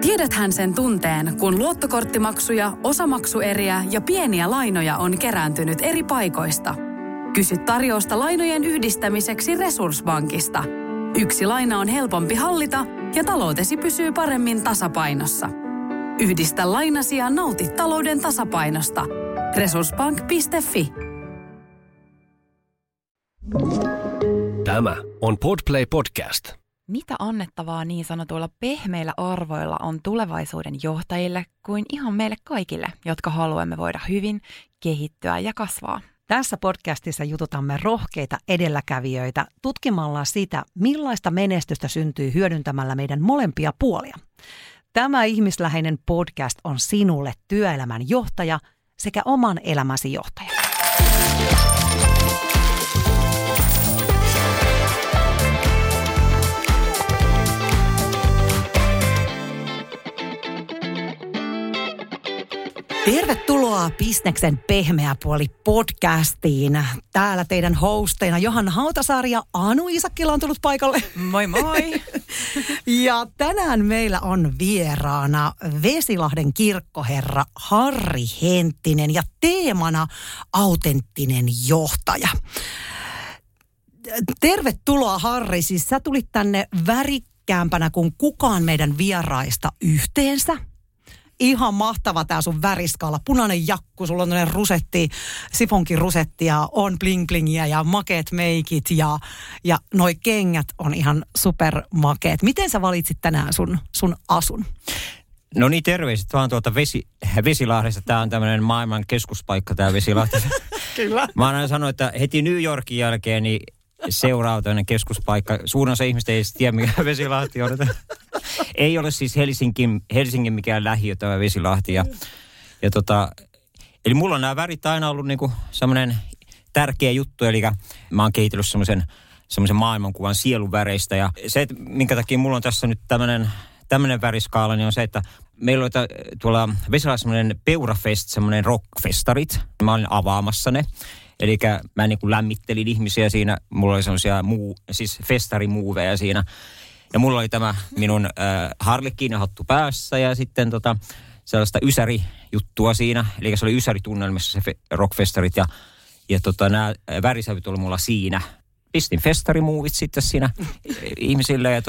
Tiedäthän sen tunteen, kun luottokorttimaksuja, osamaksueriä ja pieniä lainoja on kerääntynyt eri paikoista. Kysy tarjousta lainojen yhdistämiseksi Resurssbankista. Yksi laina on helpompi hallita ja taloutesi pysyy paremmin tasapainossa. Yhdistä lainasi ja nauti talouden tasapainosta. Resurssbank.fi. Tämä on Podplay Podcast. Mitä annettavaa niin sanotuilla pehmeillä arvoilla on tulevaisuuden johtajille kuin ihan meille kaikille, jotka haluamme voida hyvin, kehittyä ja kasvaa? Tässä podcastissa jututamme rohkeita edelläkävijöitä tutkimalla sitä, millaista menestystä syntyy hyödyntämällä meidän molempia puolia. Tämä ihmisläheinen podcast on sinulle työelämän johtaja sekä oman elämäsi johtaja. Tervetuloa Bisneksen pehmeä puoli podcastiin. Täällä teidän hosteina Johanna Hautasaari ja Anu Isakkila on tullut paikalle. Moi moi! Ja tänään meillä on vieraana Vesilahden kirkkoherra Harri Henttinen ja teemana autenttinen johtaja. Tervetuloa Harri, siis sä tulit tänne värikkäämpänä kuin kukaan meidän vieraista yhteensä. Ihan mahtava tää sun väriskaala. Punainen jakku, sulla on tämmöinen rusetti, sifonkin rusetti ja on bling blingiä ja makeet meikit ja noi kengät on ihan supermakeet. Miten sä valitsit tänään sun asun? No niin, terveiset vaan tuolta Vesilahdesta. Tää on tämmöinen maailman keskuspaikka tää Vesilahti. Kyllä. Mä aina sanoin, että heti New Yorkin jälkeen niin seuraa tämmöinen keskuspaikka. Suurin osa ihmistä ei tiedä, mikä Vesilahti on. Ei ole siis Helsingin mikään lähiö tämä Vesilahti. Eli mulla on nämä värit aina ollut niinku semmoinen tärkeä juttu. Eli mä oon kehitellyt semmoisen maailmankuvan sieluväreistä. Ja se, minkä takia mulla on tässä nyt tämmöinen väriskaala, niin on se, että meillä on tuolla Vesilahdessa semmoinen Peurafest, semmoinen rockfestarit. Mä olin avaamassa ne. Eli mä niin kuin lämmittelin ihmisiä siinä. Mulla oli semmoisia festarimuoveja siinä. Ja mulla oli tämä minun harlekiinihattu päässä ja sitten sellaista ysärijuttua siinä. Eli se oli ysäritunnelmissa se rockfestarit ja nämä värisävyt oli mulla siinä. Pistin festarimuovit sitten siinä ihmisille ja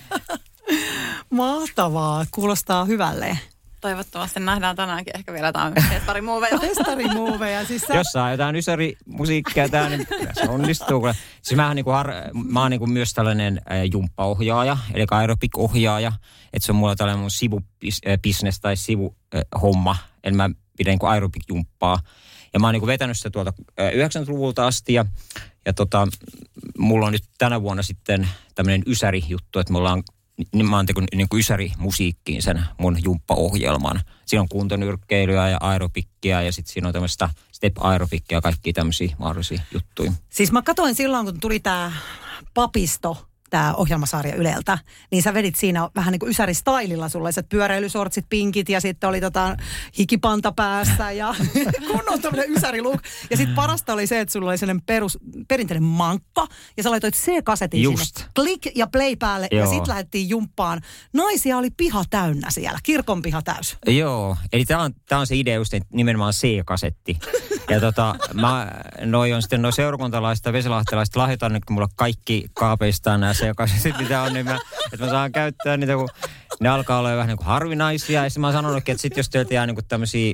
Mahtavaa, kuulostaa hyvälle. Toivottavasti nähdään tänäänkin ehkä vielä jotain festarimuoveja. Festarimuoveja. Siis jos saa jotain ysärimusiikkia tää, niin se onnistuu. Siis mä oon niinku myös tällainen jumppaohjaaja, eli aerobic-ohjaaja. Että se on mulla tällainen mun sivubisnes tai sivuhomma. Eli mä pidän niinku aerobic-jumppaa. Ja mä oon niinku vetänyt sitä tuolta 90-luvulta asti. Ja mulla on nyt tänä vuonna sitten tämmöinen ysäri-juttu, että mä oon tehnyt niin kuin ysärimusiikkiin sen mun jumppaohjelman. Siinä on kuntonyrkkeilyä ja aerobikkia ja sitten siinä on tämmöistä step-aerobikkia ja kaikkia tämmöisiä mahdollisia juttuja. Siis mä katsoin silloin, kun tuli tää Papisto, tämä ohjelmasarja Yleltä, niin sä vedit siinä vähän niin kuin ysäristaililla sullaiset pyöräilysortsit, pinkit ja sitten oli hikipanta päässä ja kunnon tämmöinen ysäriluuk. Ja sitten parasta oli se, että sulla oli sellainen perinteinen mankka ja sä laitoit C-kasetin sinne. Klik ja play päälle. Joo. Ja sitten lähdettiin jumppaan. Naisia oli piha täynnä siellä, kirkon piha täys. Joo, eli tää on se idea just, että nimenomaan C-kasetti. Ja noi seurakuntalaiset ja vesilahtelaiset lahjoitan nyt, kun mulla kaikki kaapeistaan nämä C-kasetit, mitä on, niin että mä saan käyttää niitä, kun ne alkaa olla vähän niin kuin harvinaisia. Ja sitten mä oon sanonutkin, että sitten jos teiltä jää niin kuin tämmöisiä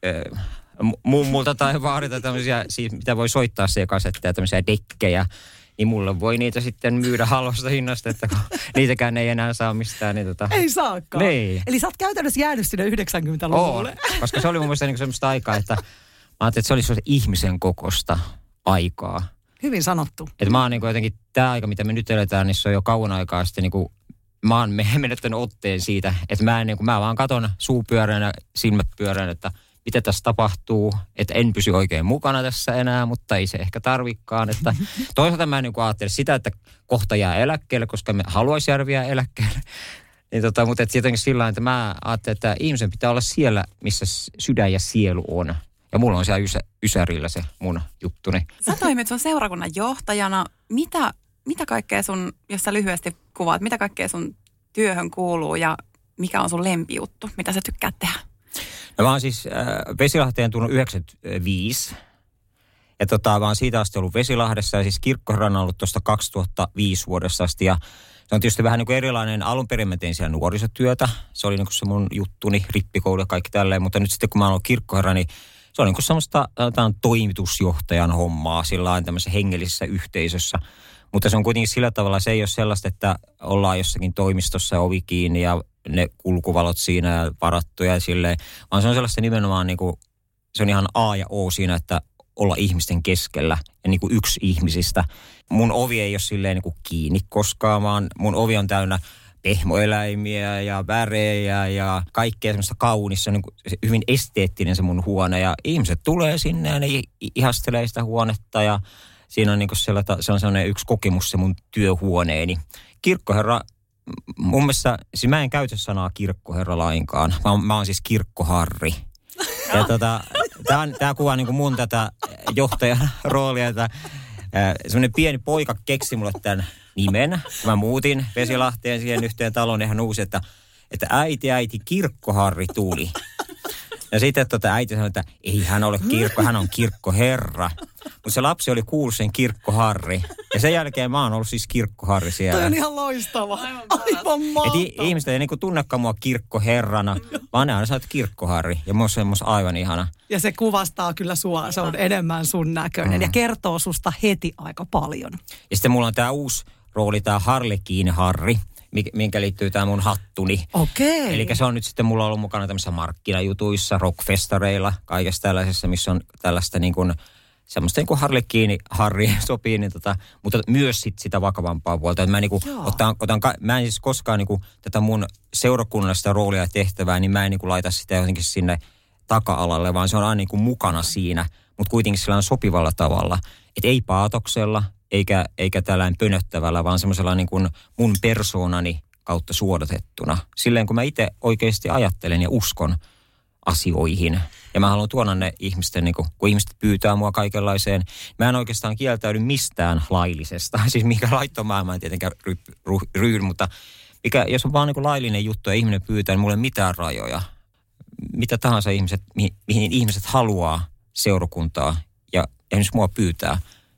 mummulta tai vaarilta tämmöisiä, siis mitä voi soittaa C-kasetteja, tämmöisiä dekkejä, niin mulle voi niitä sitten myydä halvasta hinnasta, että niitäkään ei enää saa mistään. Niin ei saakaan. Niin. Eli sä oot käytännössä jäänyt sinne 90-luvulle. Koska se oli mun mielestä niin semmoista aikaa, että mä ajattelin, että se olisi ihmisen kokosta aikaa. Hyvin sanottu. Että mä oon niin jotenkin, tämä aika, mitä me nyt eletään, niin se on jo kauan aikaa sitten niin kuin, mä oon menettänyt otteen siitä, että mä vaan katon suu pyöränä, silmät pyöränä, että mitä tässä tapahtuu, että en pysy oikein mukana tässä enää, mutta ei se ehkä tarvikaan. Että toisaalta mä niin ajattele sitä, että kohta jää eläkkeelle, koska me haluaisi jäädä eläkkeelle. Niin mutta jotenkin sillä tavalla, että mä ajattelen, että ihmisen pitää olla siellä, missä sydän ja sielu on. Ja mulla on siellä ysärillä se mun juttuni. Sä toimit sun seurakunnan johtajana. Mitä kaikkea sun, jos sä lyhyesti kuvaat, mitä kaikkea sun työhön kuuluu ja mikä on sun lempijuttu, mitä sä tykkäät tehdä? No mä oon siis Vesilahteen tullut 95. Ja mä oon siitä asti ollut Vesilahdessa ja siis Kirkkoherrana on ollut tuosta 2005 vuodesta asti. Ja se on tietysti vähän niin kuin erilainen. Alun perin mä tein siellä nuorisotyötä. Se oli niin kuin se mun juttuni, rippikoulu ja kaikki tälleen. Mutta nyt sitten kun mä oon ollut Kirkkoherra, niin se on niin kuin semmoista toimitusjohtajan hommaa sillä tämmöisessä hengellisessä yhteisössä. Mutta se on kuitenkin sillä tavalla, se ei ole sellaista, että ollaan jossakin toimistossa ja ovi kiinni ja ne kulkuvalot siinä ja varattuja ja silleen. Vaan se on sellaista nimenomaan niin kuin, se on ihan A ja O siinä, että olla ihmisten keskellä ja niin kuin yksi ihmisistä. Mun ovi ei ole silleen niin kuin kiinni koskaan, vaan mun ovi on täynnä pehmoeläimiä ja värejä ja kaikkea semmoista kaunista. Se on niin kuin hyvin esteettinen se mun huone ja ihmiset tulee sinne ja ne ihastelee sitä huonetta ja siinä on niin kuin se on sellainen yksi kokemus se mun työhuoneeni. Kirkkoherra, mun mielestä, siis mä en käytä sanaa kirkkoherra lainkaan. Mä oon siis kirkkoharri. Ja tää kuvaa niin kuin mun tätä johtajan roolia, että semmoinen pieni poika keksi mulle tämän nimen. Mä muutin Vesilahteen siihen yhteen taloon ja hän uusi, että äiti, kirkkoharri tuli. Ja sitten äiti sanoi, että ei hän ole kirkko, hän on kirkkoherra. Mutta se lapsi oli kuullut sen kirkkoharri. Ja sen jälkeen mä oon ollut siis kirkkoharri siellä. Toi on ihan loistava. Aivan mahtava. Ihmiset ei niinku tunnekaan mua kirkkoherrana, vaan ne aina sanoo, että kirkkoharri. Ja musta se on aivan ihana. Ja se kuvastaa kyllä sua, se on enemmän sun näköinen. Ja kertoo susta heti aika paljon. Ja sitten mulla on tää uusi rooli, tää Harlekiin-Harri, minkä liittyy tää mun hattuni. Okei. Eli se on nyt sitten, mulla on ollut mukana tämmöisissä markkinajutuissa, rockfestareilla, kaikessa tällaisessa, missä on tällaista niin kuin semmoista niin kuin Harlekiini-Harri sopii, niin mutta myös sitä vakavampaa puolta. Että mä, niin kuin mä en siis koskaan niin kuin tätä mun seurakunnallista roolia ja tehtävää, niin mä en niin kuin laita sitä jotenkin sinne taka-alalle, vaan se on aina niin kuin mukana siinä, mutta kuitenkin sillä on sopivalla tavalla. Että ei paatoksella, eikä tällainen pönöttävällä, vaan semmoisella niin kuin mun persoonani kautta suodatettuna. Silleen, kun mä itse oikeasti ajattelen ja uskon asioihin. Ja mä haluan tuoda ne ihmisten, niin kun ihmiset pyytää mua kaikenlaiseen. Mä en oikeastaan kieltäydy mistään laillisesta. Siis mikä laittomaa mä en tietenkään ryhdy, mutta jos on vaan niin kuin laillinen juttu ja ihminen pyytää, niin mulla ei ole mitään rajoja. Mitä tahansa mihin ihmiset haluaa seurakuntaa ja esimerkiksi mua pyytää,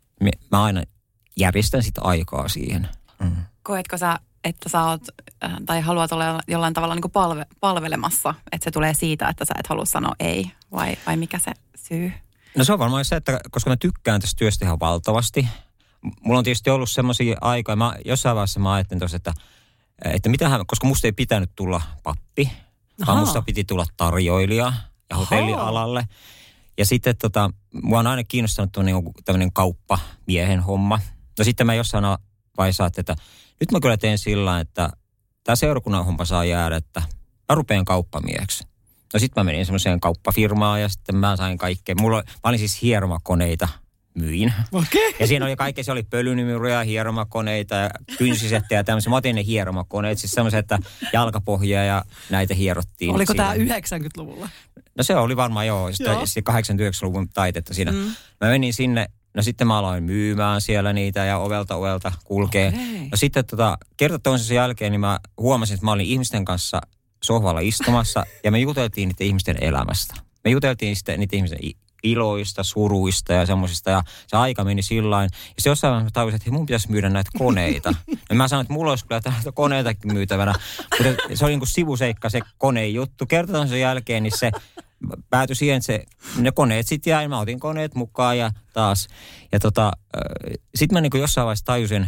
mä aina järjestän sitä aikaa siihen. Koetko sä, että sä oot, tai haluat olla jollain tavalla niin kuin palvelemassa, että se tulee siitä, että sä et halua sanoa ei, vai mikä se syy? No se on varmaan se, että koska mä tykkään tästä työstä ihan valtavasti. Mulla on tietysti ollut semmoisia aikoja, jossain vaiheessa mä ajattelin tuossa, että mitähän, koska musta ei pitänyt tulla pappi, vaan musta piti tulla tarjoilija ja hotellialalle. Ja sitten mua on aina kiinnostanut tämmöinen kauppamiehen homma. No sitten mä jossain vaiheessa että nyt mä kyllä teen sillä, että tämä seurakunnan homma saa jäädä, että mä rupean kauppamieheksi. No sitten mä menin semmoiseen kauppafirmaan ja sitten mä sain kaikkea. Mä olin siis hieromakoneita, myin. Okay. Ja siinä oli kaikkea, se oli pölynimyriä, hieromakoneita ja kynsisettejä ja tämmöisiä. Mä otin ne hieromakoneet, siis semmoiset, että jalkapohjia ja näitä hierottiin. Oliko tämä 90-luvulla? No se oli varmaan joo 89-luvun taitetta siinä. Mä menin sinne, no sitten mä aloin myymään siellä niitä ja ovelta kulkee. Okay. No sitten kerta toisensa jälkeen niin mä huomasin, että mä olin ihmisten kanssa sohvalla istumassa ja me juteltiin niiden ihmisten elämästä. Me juteltiin sitten niiden ihmisten iloista, suruista ja semmoisista ja se aika meni sillain. Ja se jossain vaiheessa tajusin, että mun pitäisi myydä näitä koneita. Ja mä sanoin, että mulla olisi kyllä näitä koneitakin myytävänä. Mutta se oli niin kuin sivuseikka se koneen juttu. Kertaan sen jälkeen niin se päätyi siihen, että ne koneet sitten jäi. Mä otin koneet mukaan ja taas. Ja sitten mä niin kuin jossain vaiheessa tajusin,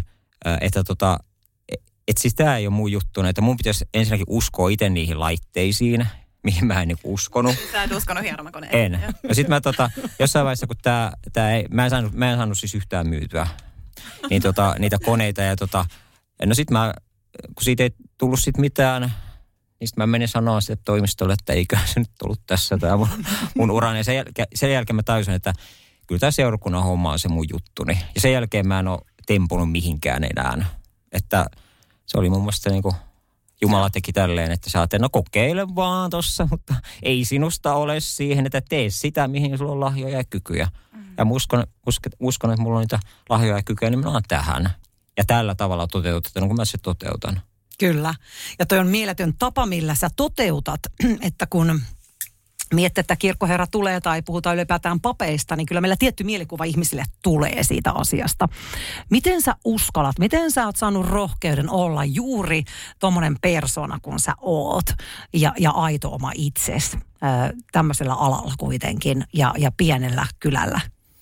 että siis tää ei ole mun juttu. Että mun pitäisi ensinnäkin uskoa itse niihin laitteisiin, mihin mä en niin uskonut. Sä et uskonut hieromakoneeseen. En. Ja sitten mä jossain vaiheessa, kun mä en saanut siis yhtään myytyä niin niitä koneita. Ja no sitten kun siitä ei tullut sit mitään, niin sitten mä menin sanoa sitten toimistolle, että eikö se nyt ollut tässä tämä mun urani. Ja sen jälkeen mä tajusin, että kyllä tämä seurakunnan homma on se mun juttuni. Ja sen jälkeen mä en ole tempunut mihinkään enää. Että se oli mun mielestä niinku Jumala teki tälleen, että sä ajattelet, no kokeile vaan tossa, mutta ei sinusta ole siihen, että tee sitä, mihin sulla on lahjoja ja kykyjä. Ja uskon, että mulla on niitä lahjoja ja kykyjä, niin mä oon tähän. Ja tällä tavalla toteutetaan, kun mä se toteutan. Kyllä. Ja toi on mieletön tapa, millä sä toteutat, että kun miettii, että kirkkoherra tulee tai puhutaan ylipäätään papeista, niin kyllä meillä tietty mielikuva ihmisille tulee siitä asiasta. Miten sä uskallat, miten sä oot saanut rohkeuden olla juuri tommonen persona, kun sä oot ja aito oma itsesi tämmöisellä alalla kuitenkin ja pienellä kylällä?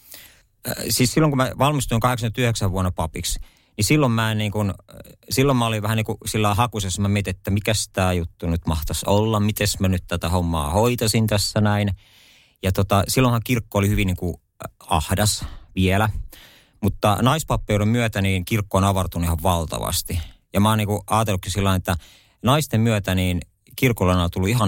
Siis silloin, kun mä valmistuin 89 vuonna papiksi, niin silloin mä olin vähän niin kuin sillä hakusessa, mä mietin, että mikäs tää juttu nyt mahtaisi olla, mites mä nyt tätä hommaa hoitasin tässä näin. Ja silloinhan kirkko oli hyvin niin kuin ahdas vielä, mutta naispappeuden myötä niin kirkko on avartunut ihan valtavasti. Ja mä oon niin kuin ajatellutkin sillä että naisten myötä niin kirkolla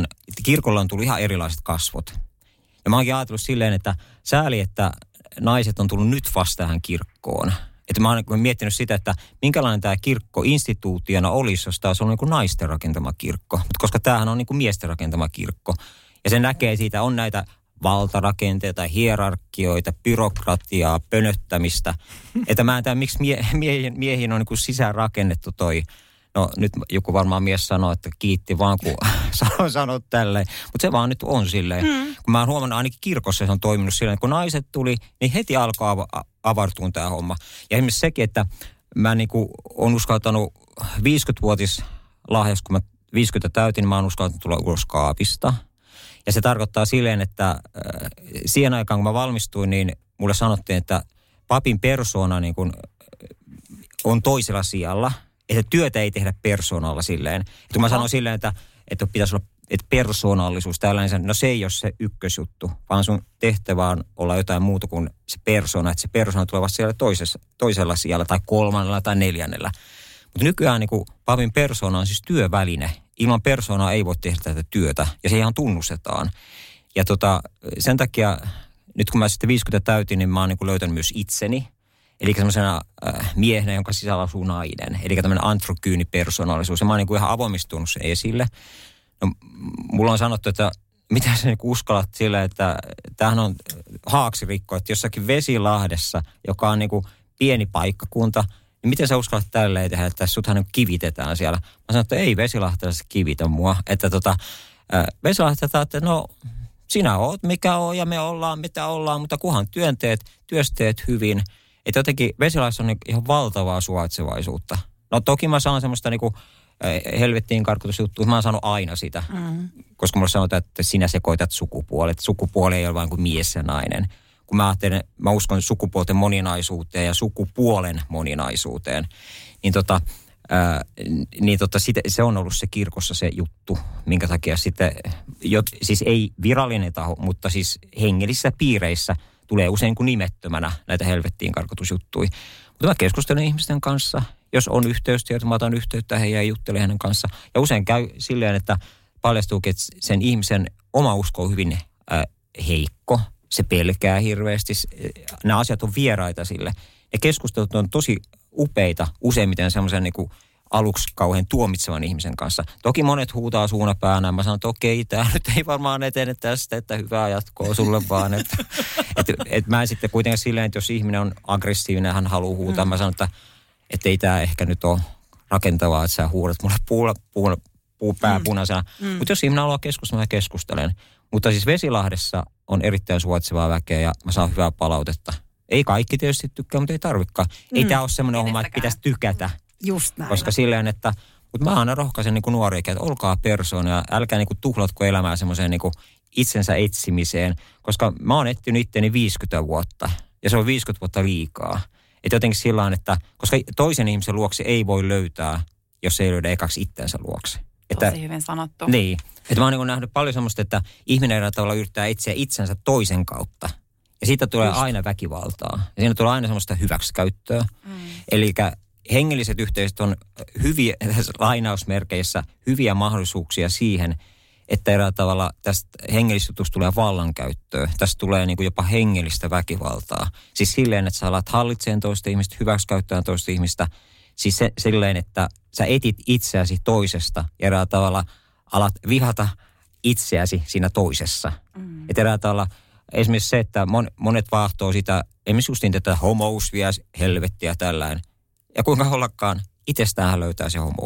on tullut ihan erilaiset kasvot. Ja mä oonkin ajatellut silleen, että sääli, että naiset on tullut nyt vasta tähän kirkkoon. Että mä oon miettinyt sitä, että minkälainen tämä kirkko instituutiona olisi, jos taas on niin kuin naisten rakentama kirkko. Mutta koska tämähän on niin kuin miesten rakentama kirkko. Ja se näkee siitä, on näitä valtarakenteita, hierarkioita, byrokratiaa, pönöttämistä. Että mä en tiedä, miksi miehiin on niin kuin sisään rakennettu toi. No nyt joku varmaan mies sanoo, että kiitti vaan kun sanot tälleen. Mutta se vaan nyt on silleen. Kun mä oon huomannut ainakin kirkossa se on toiminut silleen, että kun naiset tuli, niin heti alkaa avartuun tämä homma. Ja esimerkiksi sekin, että mä niinku on uskaltanut 50-vuotislahjas, kun mä 50 täytin, niin mä oon uskaltanut tulla ulos kaapista. Ja se tarkoittaa silleen, että siihen aikaan kun mä valmistuin, niin mulle sanottiin, että papin persoona niin kun on toisella sijalla. Että työtä ei tehdä persoonalla silleen. Että kun mä sanon silleen, että pitäisi olla että persoonallisuus, tällainen, no se ei ole se ykkösjuttu, vaan sun tehtävä on olla jotain muuta kuin se persona. Että se persona tulee vasta siellä toisella sijalla tai kolmannella tai neljännellä. Mutta nykyään niin kuin papin persona on siis työväline. Ilman persoonaa ei voi tehdä tätä työtä ja se ihan tunnustetaan. Ja sen takia, nyt kun mä sitten 50 täytin, niin mä oon niin kuin löytänyt myös itseni. Eli semmoisena miehenä, jonka sisällä asuu nainen. Eli tämmöinen androgyynipersonaalisuus. Ja mä oon niin kuin ihan avoimesti tuonut sen esille. No, mulla on sanottu, että mitä sä niin uskallat sille, että tämähän on haaksirikko, että jossakin Vesilahdessa, joka on niin kuin pieni paikkakunta, niin miten sä uskallat tälleen tehdä, että suthan niin kivitetään siellä. Mä sanon, että ei Vesilahtelaiset kivitä mua. Että Vesilahtelaiset, että no sinä oot mikä on ja me ollaan mitä ollaan, mutta kunhan työsteet hyvin. Että jotenkin Vesilahdessa on niin ihan valtavaa suvaitsevaisuutta. No toki mä saan semmoista niinku helvettiin karkotusjuttua, mä oon saanut aina sitä. Koska mulle sanotaan, että sinä sekoitat sukupuolet. Sukupuoli ei ole vain kuin mies ja nainen. Kun mä uskon sukupuolten moninaisuuteen ja sukupuolen moninaisuuteen, niin se on ollut se kirkossa se juttu, minkä takia sitten, siis ei virallinen taho, mutta siis hengellisissä piireissä tulee usein kuin nimettömänä näitä helvettiin karkotusjuttuja. Mutta mä keskustelen ihmisten kanssa, jos on yhteystieto, mä otan yhteyttä heihin ja juttelen hänen kanssa. Ja usein käy silleen, että paljastuukin, että sen ihmisen oma usko on hyvin heikko. Se pelkää hirveästi. Nämä asiat on vieraita sille. Ja keskustelut on tosi upeita useimmiten semmoisen niin kuin aluksi kauhean tuomitsevan ihmisen kanssa. Toki monet huutaa suuna päänä. Mä sanon, että okei, tämä nyt ei varmaan etene tästä, että hyvää jatkoa sulle vaan. Että mä en sitten kuitenkin silleen, että jos ihminen on aggressiivinen ja hän haluaa huutaa, mä sanon, että ei tämä ehkä nyt ole rakentavaa, että sä huudat mulle pää punaisena. Mutta jos ihminen haluaa keskustella, mä keskustelen. Mutta siis Vesilahdessa on erittäin suvaitsevaa väkeä ja mä saan hyvää palautetta. Ei kaikki tietysti tykkää, mutta ei tarvikaan. Ei tämä ole semmoinen homma, että pitäisi tykätä. Just näin. Koska silleen, mutta mä aina rohkaisen niin kuin nuoria, että olkaa persoona ja älkää niin kuin tuhlatko elämää semmoiseen niin kuin itsensä etsimiseen. Koska mä oon etsinyt itteni 50 vuotta ja se on 50 vuotta liikaa. Että jotenkin sillä että koska toisen ihmisen luokse ei voi löytää, jos ei löydä ekaksi itsensä luokse. Tosi hyvin sanottu. Niin. Että mä oon niin nähnyt paljon semmoista, että ihminen eräällä tavalla yrittää etsiä itsensä toisen kautta. Ja siitä tulee aina väkivaltaa. Ja siinä tulee aina semmoista hyväksikäyttöä. Eli hengelliset yhteisöt on hyviä, lainausmerkeissä, hyviä mahdollisuuksia siihen, että eräällä tavalla tästä hengellisytusta tulee vallankäyttöä. Tästä tulee niin kuin jopa hengellistä väkivaltaa. Siis silleen, että sä alat hallitseen toista ihmistä, hyväksikäyttämään toista ihmistä. Siis silleen, että sä etit itseäsi toisesta ja eräällä tavalla alat vihata itseäsi siinä toisessa. Että eräällä tavalla esimerkiksi se, että monet vahtoo sitä, esimerkiksi justiin tätä homous vie helvettiä tällainen. Ja kuinka ollakaan, itsestään hän löytää se homouden.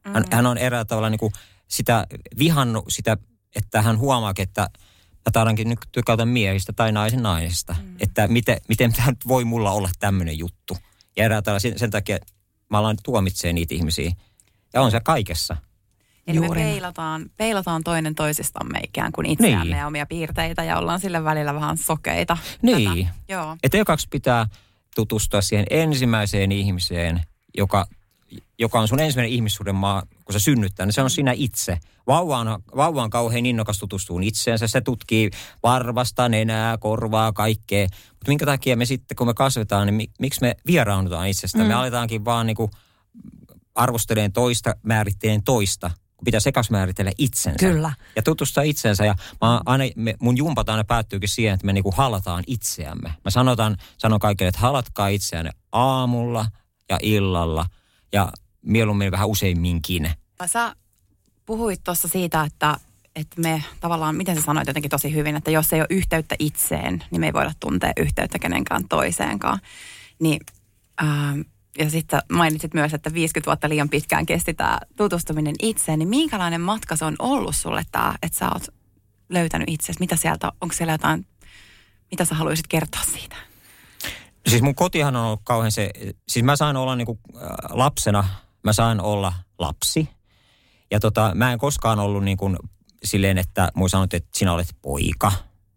Hän on eräällä tavalla niin kuin sitä vihannut sitä, että hän huomaakin, että mä taidankin nyt tykätä miehistä tai naisista. Että miten tämä nyt voi mulla olla tämmöinen juttu. Ja eräällä tavalla sen takia mä alan tuomitsee niitä ihmisiä. Ja on se kaikessa. Eli me peilataan toinen toisistamme ikään kuin itseämme ja omia piirteitä ja ollaan sille välillä vähän sokeita. Niin. Että ekaksi pitää tutustua siihen ensimmäiseen ihmiseen, joka on sun ensimmäinen ihmissuuden maa, kun sä synnyttää, niin se on sinä itse. Vauva on kauhean innokas tutustuun itseensä. Se tutkii varvasta, nenää, korvaa, kaikkea. Mutta minkä takia me sitten, kun me kasvetaan, niin miksi me vieraannutaan itsestä? Me aletaankin vaan niin kuin arvosteleen toista, määritteleen toista, kun pitäisi ekas määritellä itsensä. Kyllä. Ja tutustua itsensä. Ja mun jumpat aina päättyykin siihen, että me niin kuin halataan itseämme. Mä sanon kaikille, että halatkaa itseänne aamulla ja illalla ja mieluummin vähän useimminkin. Sä puhuit tuossa siitä, että me tavallaan, miten sä sanoit jotenkin tosi hyvin, että jos ei ole yhteyttä itseen, niin me ei voida tuntea yhteyttä kenenkään toiseenkaan. Niin, ja sitten mainitsit myös, että 50 vuotta liian pitkään kesti tämä tutustuminen itseen. Niin minkälainen matka se on ollut sulle tämä, että sä oot löytänyt itsesi? Mitä sieltä, onko siellä jotain, mitä sä haluaisit kertoa siitä? Siis mun kotihan on ollut kauhean siis mä sain olla niinku lapsena, mä sain olla lapsi. Ja mä en koskaan ollut niin kuin silleen, että mulla sanottiin, että sinä olet poika.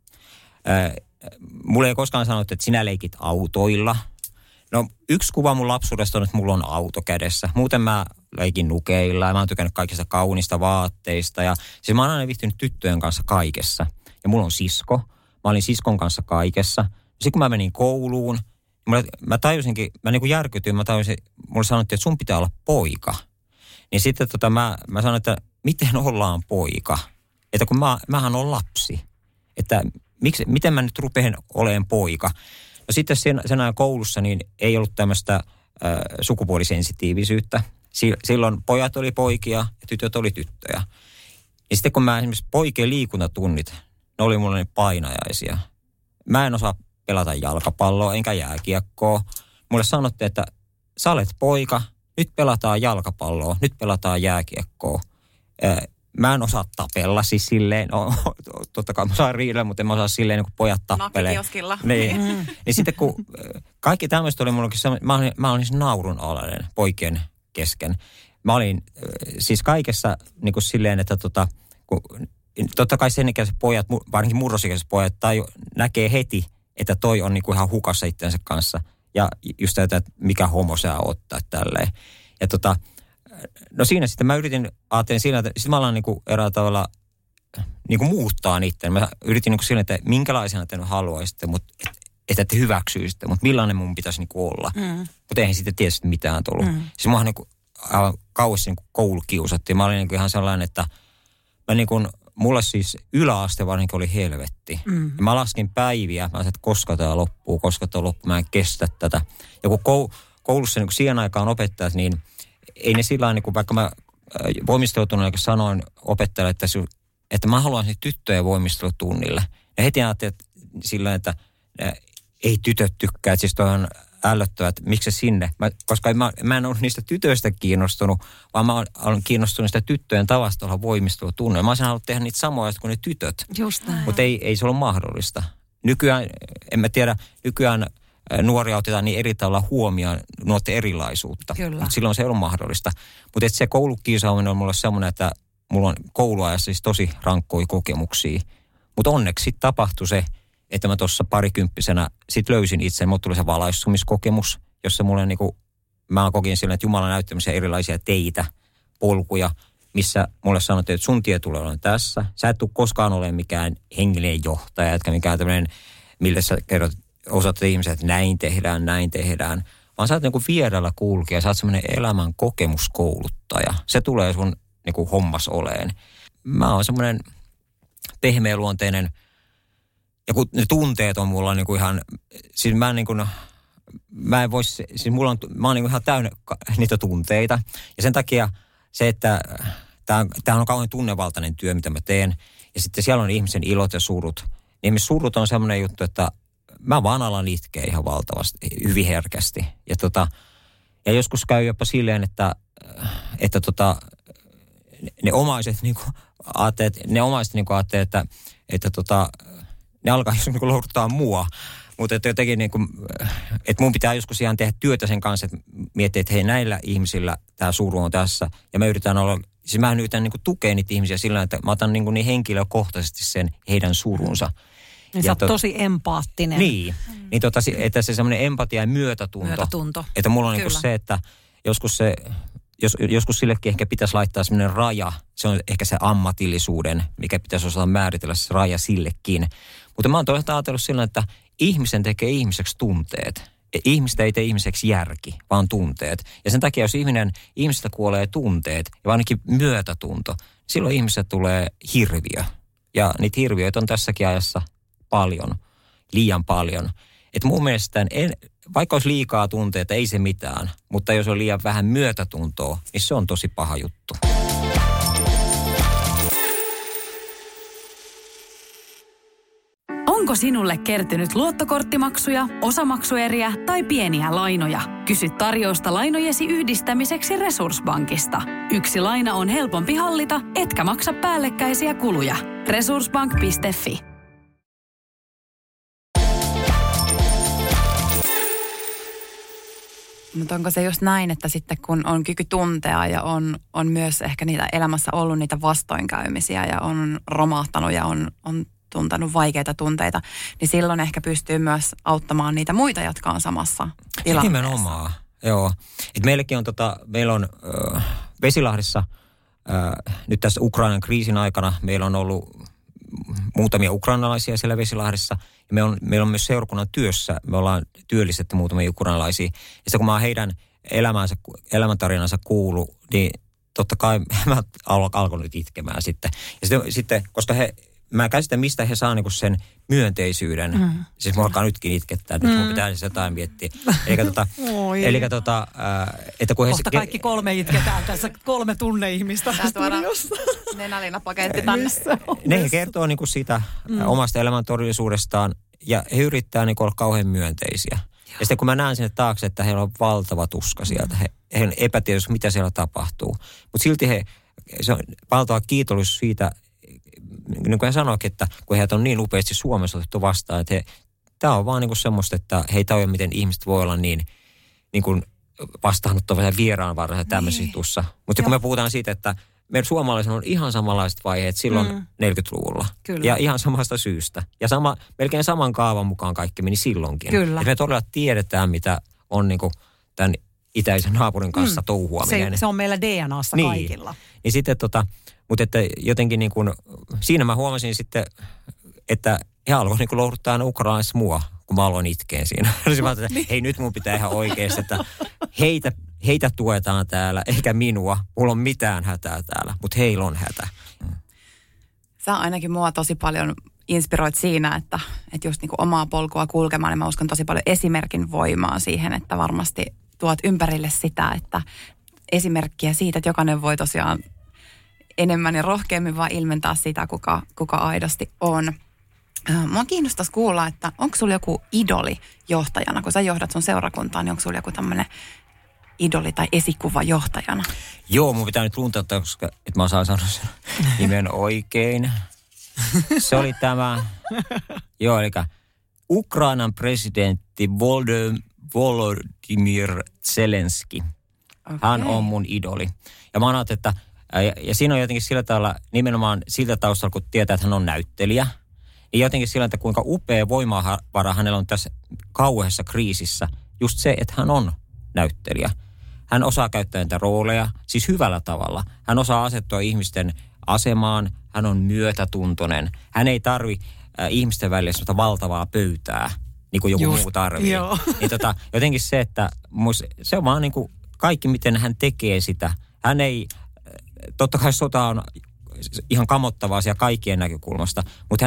Mulla ei koskaan sanottu, että sinä leikit autoilla. No yksi kuva mun lapsuudesta on, että mulla on auto kädessä. Muuten mä leikin nukeilla ja mä oon tykännyt kaikista kaunista vaatteista. Ja siis mä oon aina viihtynyt tyttöjen kanssa kaikessa. Ja mulla on sisko. Mä olin siskon kanssa kaikessa. Sitten kun mä menin kouluun, mä tajusinkin, mä niin kuin järkytyin, mulle sanottiin, että sun pitää olla poika. Niin sitten mä sanoin, että miten ollaan poika? Että kun mähän on lapsi. Että miten mä nyt rupean olemaan poika? No sitten sen ajan koulussa niin ei ollut tämmöistä sukupuolisensitiivisyyttä. Silloin pojat oli poikia ja tytöt oli tyttöjä. Ja sitten kun mä esimerkiksi poikien liikuntatunnit, ne oli mulle painajaisia. Mä en osaa pelata jalkapalloa enkä jääkiekkoa. Mulle sanottiin, että sä olet poika, nyt pelataan jalkapalloa, nyt pelataan jääkiekkoa. Mä en osaa tapella siis silleen, totta kai mä saan riidellä, mutta en mä osaa silleen, kun pojat tappelee. Nakikioskilla. Niin. Niin sitten kun kaikki tämmöistä oli mullekin, mä olin siis naurunalainen poikien kesken. Mä olin siis kaikessa niin kuin silleen, että totta kai sen ikäiset pojat, varsinkin murrosikäiset pojat, näkee heti, että toi on niin kuin ihan hukassa itsensä kanssa. Ja just tätä, että mikä homo sä oot tälleen. Ja no siinä sitten mä ajattelin siinä, että sitten mä alan niinku eräällä tavalla niinku muuttaa niitä. Mä yritin niinku siinä, että minkälaisena te haluaisitte, että te hyväksyisitte, mutta millainen mun pitäisi niinku olla. Mutta eihän sitten tietysti mitään tullut. Siis muahan niinku kauheasti niinku koulukiusattiin. Mä olin niinku ihan sellainen, että mä niinku, mulle siis yläaste varsinkin oli helvetti. Ja mä laskin päiviä, mä sanoin, että koska tämä loppuu, mä en kestä tätä. Ja kun koulussa niin siihen aikaan opettajat, niin ei ne sillä tavalla, niin vaikka mä voimistelutunnilla sanoin opettajalle, että mä haluan tyttöjen voimistelutunnille. Ja heti ajattelin sillä että ei tytöt tykkää, että siis toi on ällöttävää, että miksi se sinne. Koska mä en ollut niistä tytöistä kiinnostunut, vaan mä olen kiinnostunut niistä tyttöjen tavasta olla voimistelutunnilla. Mä olisin halunnut tehdä niitä samoja kuin ne tytöt. Just näin. Mutta ei se ole mahdollista. Nykyään, en mä tiedä, nuoria otetaan niin eri tavalla huomioon nuorten erilaisuutta. Kyllä. Mutta silloin se ei ole mahdollista. Mutta se koulukiusaaminen on mulle semmoinen, että mulla on kouluajassa siis tosi rankkoja kokemuksia. Mutta onneksi sitten tapahtui se, että mä tuossa parikymppisenä sitten löysin itse. Mulle tuli se valaistumiskokemus, jossa mulle niinku, mä kokin sillä, että Jumala näytti erilaisia teitä, polkuja, missä mulle sanottiin, että sun tie tulee olemaan tässä. Sä et tule koskaan olemaan mikään hengellinen johtaja, etkä mikään tämmöinen, millä sä kerrot osat ihmiset, että näin tehdään. Vaan sä oot niinku vierailla kulkija, sä oot semmoinen elämän kokemuskouluttaja. Se tulee sun niinku hommas oleen. Mä oon semmoinen pehmeäluonteinen, ja kun ne tunteet on mulla niinku ihan, siis mä en vois, siis mä oon niinku ihan täynnä niitä tunteita. Ja sen takia se, että tää on kauhean tunnevaltainen työ, mitä mä teen. Ja sitten siellä on ihmisen ilot ja surut. Niin surut on semmoinen juttu, että mä vaan alan itkeä ihan valtavasti, hyvin herkästi. Ja joskus käy jopa silleen, että ne omaiset niin kuin aatteet, että ne alkaa niin kuin lohduttaa mua. Mutta että jotenkin niin kuin, että mun pitää joskus ihan tehdä työtä sen kanssa, että miettiä, että hei, näillä ihmisillä tämä suru on tässä. Ja me yritän olla, siis mä yritän niin kuin tukea niitä ihmisiä sillä, että mä otan niin henkilökohtaisesti sen heidän surunsa. Ja sä oot tosi empaattinen. Niin, että se semmoinen empatia ja myötätunto. Että mulla on niin kuin se, että joskus sillekin ehkä pitäisi laittaa semmoinen raja. Se on ehkä se ammatillisuuden, mikä pitäisi osata määritellä se raja sillekin. Mutta mä oon toisaalta ajatellut sillä, että ihmisen tekee ihmiseksi tunteet. Ihmistä ei tee ihmiseksi järki, vaan tunteet. Ja sen takia, jos ihmisestä kuolee tunteet ja ainakin myötätunto, silloin ihmisestä tulee hirviö. Ja niitä hirviöitä on tässäkin ajassa paljon, liian paljon. Että mun mielestä, vaikka olisi liikaa tunteita, ei se mitään. Mutta jos on liian vähän myötätuntoa, niin se on tosi paha juttu. Onko sinulle kertynyt luottokorttimaksuja, osamaksueriä tai pieniä lainoja? Kysy tarjousta lainojesi yhdistämiseksi Resurssbankista. Yksi laina on helpompi hallita, etkä maksa päällekkäisiä kuluja. Resurssbank.fi. Mutta onko se just näin, että sitten kun on kyky tuntea ja on myös ehkä niitä elämässä ollut niitä vastoinkäymisiä ja on romahtanut ja on tuntenut vaikeita tunteita, niin silloin ehkä pystyy myös auttamaan niitä muita, jotka on samassa tilanteessa. Nimenomaan, joo. Et meilläkin on meillä on Vesilahdessa nyt tässä Ukrainan kriisin aikana meillä on ollut muutamia ukrainalaisia siellä Vesilahdessa. Ja meillä on myös seurakunnan työssä, me ollaan työllistetty muutamia ukrainalaisia. Ja sitten kun mä oon heidän elämäntarinansa kuullut, niin totta kai mä alkoin nyt itkemään sitten. Ja sitten koska mä käsitän, mistä he saa niinku sen myönteisyyden. Siis mä alkaa nytkin itkettää, että mun pitää siis jotain miettiä. Että kun kohta kaikki 3 itketään tässä, 3 tunneihmistä studiossa. Nenälinapaketti tänne. Ne kertoo niinku siitä omasta elämäntodellisuudestaan ja he yrittää niinku olla kauhean myönteisiä. Ja sitten kun mä näen sinne taakse, että heillä on valtava tuska sieltä, he on epätietoisuus, mitä siellä tapahtuu. Mutta silti se on valtava kiitollisuus siitä, niin kuin hän sanoikin, että kun heitä on niin upeasti Suomessa otettu vastaan, että tämä on vaan niin kuin semmoista, että he ei tajua, miten ihmiset voi olla niin kuin vastaanottavia ja vieraanvaraisia tämmöisissä jutussa. Mutta kun me puhutaan siitä, että meidän suomalaisilla on ihan samanlaiset vaiheet silloin 40-luvulla. Kyllä. Ja ihan samasta syystä. Ja melkein saman kaavan mukaan kaikki meni silloinkin. Kyllä. Me todella tiedetään, mitä on niin kuin tämän itäisen naapurin kanssa touhuaminen. Se on meillä DNAssa kaikilla. Niin sitten mutta että jotenkin niin kuin, siinä mä huomasin sitten, että he alkoivat niin kuin lohduttaa aina ukrainalaisessa mua, kun mä aloin itkeen siinä. Mä ajattelin, että hei, nyt mun pitää ihan oikeasti, että heitä tuetaan täällä, eikä minua. Mulla on mitään hätää täällä, mutta heillä on hätä. Sä ainakin mua tosi paljon inspiroit siinä, että just niin kuin omaa polkua kulkemaan, niin mä uskon tosi paljon esimerkin voimaa siihen, että varmasti tuot ympärille sitä, että esimerkkiä siitä, että jokainen voi tosiaan enemmän ja rohkeammin vaan ilmentää sitä, kuka aidosti on. Mua kiinnostaisi kuulla, että onko sulla joku idoli johtajana, kun sä johdat sun seurakuntaa, niin onko sulla joku tämmöinen idoli tai esikuva johtajana? Joo, mun pitää nyt runtauttaa, koska että mä osaan sanoa sen nimen oikein. Se oli tämä, eli Ukrainan presidentti Volodymyr Zelenski. Okay. Hän on mun idoli. Ja mä ajattelin, että ja siinä on jotenkin sillä tavalla, nimenomaan siltä taustalla, kun tietää, että hän on näyttelijä, niin jotenkin sillä, että kuinka upea voimavara hänellä on tässä kauheassa kriisissä, just se, että hän on näyttelijä. Hän osaa käyttää niitä rooleja, siis hyvällä tavalla. Hän osaa asettua ihmisten asemaan, hän on myötätuntoinen. Hän ei tarvi ihmisten välillä sellaista valtavaa pöytää, niin kuin joku muu tarvii. Niin jotenkin se, että se on vaan niin kuin kaikki, miten hän tekee sitä. Hän ei, totta kai sota on ihan kamottavaa siellä kaikkien näkökulmasta, mutta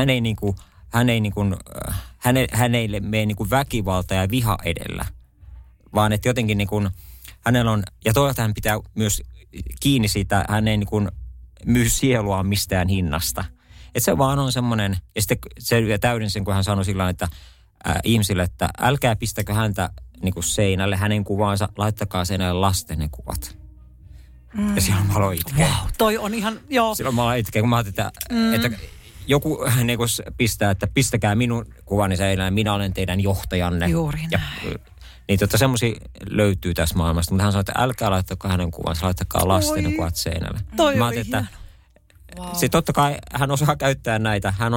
hän ei mene niin kuin väkivalta ja viha edellä, vaan että jotenkin niin kuin hänellä on, ja toisaalta hän pitää myös kiinni siitä, hän ei niin kuin myy sieluaan mistään hinnasta. Että se vaan on semmoinen, ja sitten se täyden sen, kun hän sanoi sillä että ihmisille, että älkää pistäkö häntä niin kuin seinälle, hänen kuvaansa, laittakaa seinälle lastenne kuvat. Ja silloin mä aloin itkeä. Wow, toi on ihan, joo. Silloin mä aloin itkeä, kun mä ajattelin, että joku niin kun pistää, että pistäkää minun kuvani seinään, minä olen teidän johtajanne. Juuri näin. Niin semmoisia löytyy tässä maailmasta, mutta hän sanoi, että älkää laittako hänen kuvansa, laittakaa lasten kuvat seinälle. Toi mä ajattelin, että se totta kai hän osaa käyttää näitä, hän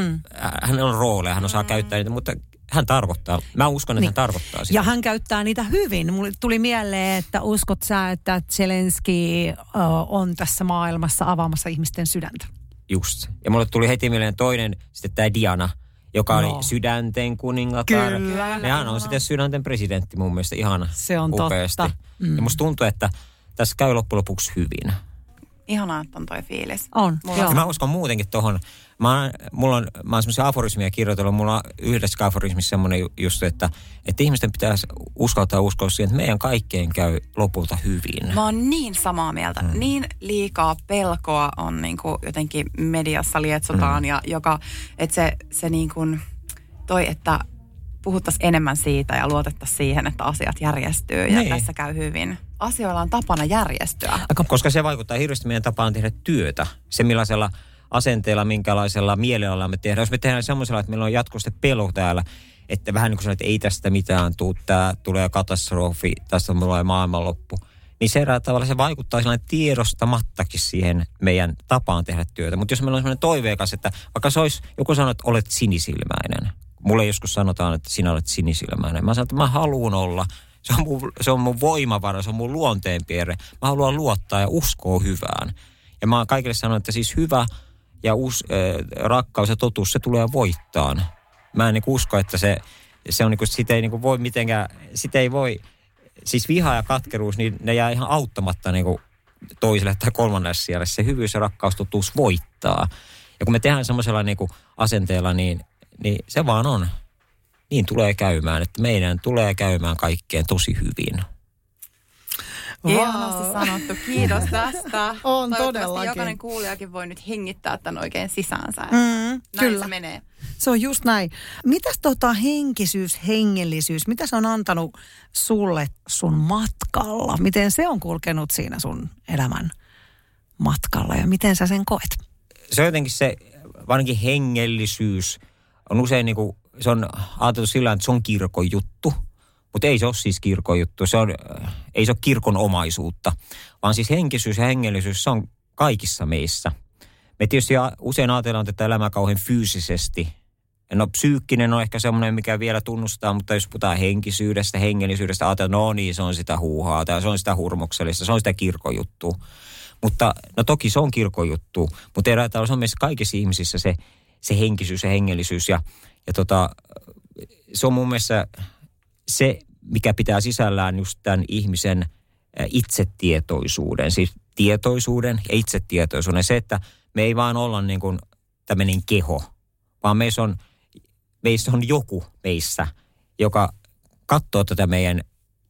on rooleja, hän osaa käyttää niitä, mutta hän tarkoittaa. Mä uskon, että hän tarkoittaa sitä. Ja hän käyttää niitä hyvin. Mulle tuli mieleen, että uskot sä, että Zelenski on tässä maailmassa avaamassa ihmisten sydäntä? Just. Ja mulle tuli heti mieleen toinen, sitten tämä Diana, joka oli sydänten kuningatar. Kyllä. Ja hän on sitten sydänten presidentti mun mielestä ihan se on upeasti. Totta. Ja musta tuntuu, että tässä käy loppujen lopuksi hyvin. Ihanaa, että on toi fiilis. On, joo. Mä uskon muutenkin tohon. Mä oon semmoisia aforismia kirjoitellut. Mulla on yhdessä aforismissa semmoinen just, että ihmisten pitäisi uskaltaa uskoa siihen, että meidän kaikkeen käy lopulta hyvin. Mä oon niin samaa mieltä. Niin liikaa pelkoa on niinku jotenkin mediassa lietsotaan ja että se niin kuin toi, että puhuttaisiin enemmän siitä ja luotettaisiin siihen, että asiat järjestyy ja tässä käy hyvin. Asioilla on tapana järjestyä. Koska se vaikuttaa hirveästi meidän tapaan tehdä työtä. Se millaisella asenteella, minkälaisella mielellä me tehdään. Jos me tehdään semmoisella, että meillä on jatkuvasti pelo täällä, että vähän niin kuin sanoin, että ei tästä mitään tule, tämä tulee katastrofi, tästä tulee maailmanloppu. Niin se eräällä tavalla se vaikuttaa sellainen tiedostamattakin siihen meidän tapaan tehdä työtä. Mutta jos meillä on semmoinen toiveikas, että vaikka se olisi, joku sanoo, että olet sinisilmäinen. Mulle joskus sanotaan, että sinä olet sinisilmäinen. Mä sanon, että mä haluan olla. Se on mun voimavara, se on mun luonteenpiirre. Mä haluan luottaa ja uskoa hyvään. Ja mä oon kaikille sanonut, että siis hyvä ja rakkaus ja totuus, se tulee voittaan. Mä en niin usko, että se on niin kuin, sitä ei niin kuin voi mitenkään, sitä ei voi, siis viha ja katkeruus, niin ne jää ihan auttamatta niin kuin toiselle tai kolmannelle sijalle. Se hyvyys ja rakkaus, totuus voittaa. Ja kun me tehdään semmoisella niin kuin asenteella, niin se vaan on. Niin tulee käymään, että meidän tulee käymään kaikkeen tosi hyvin. Ihanasti sanottu. Kiitos tästä. On todellakin. Jokainen kuulijakin voi nyt hengittää tämän oikein sisäänsä. Kyllä. Näin se menee. Se on just näin. Mitäs henkisyys, hengellisyys, mitä se on antanut sulle sun matkalla? Miten se on kulkenut siinä sun elämän matkalla ja miten sä sen koet? Se on jotenkin se, varsinkin hengellisyys on usein niin kuin, se on ajateltu sillä, että se on kirkon juttu. Mutta ei se ole siis kirkon juttu, ei se ole kirkon omaisuutta, vaan siis henkisyys ja hengellisyys, se on kaikissa meissä. Me tietysti usein ajatellaan tätä elämää kauhean fyysisesti. No psyykkinen on ehkä semmoinen, mikä vielä tunnustaa, mutta jos puhutaan henkisyydestä, hengellisyydestä, ajatellaan, no niin, se on sitä huuhaa, tai se on sitä hurmoksellista, se on sitä kirkon juttua. Mutta no toki se on kirkon juttu, mutta eräällä tavalla se on meissä kaikissa ihmisissä se henkisyys ja hengellisyys. Ja se on mun mielestä se, mikä pitää sisällään just tämän ihmisen itsetietoisuuden, siis tietoisuuden ja itsetietoisuuden. Se, että me ei vaan olla niin kuin tämmöinen keho, vaan meissä on joku meissä, joka katsoo tätä meidän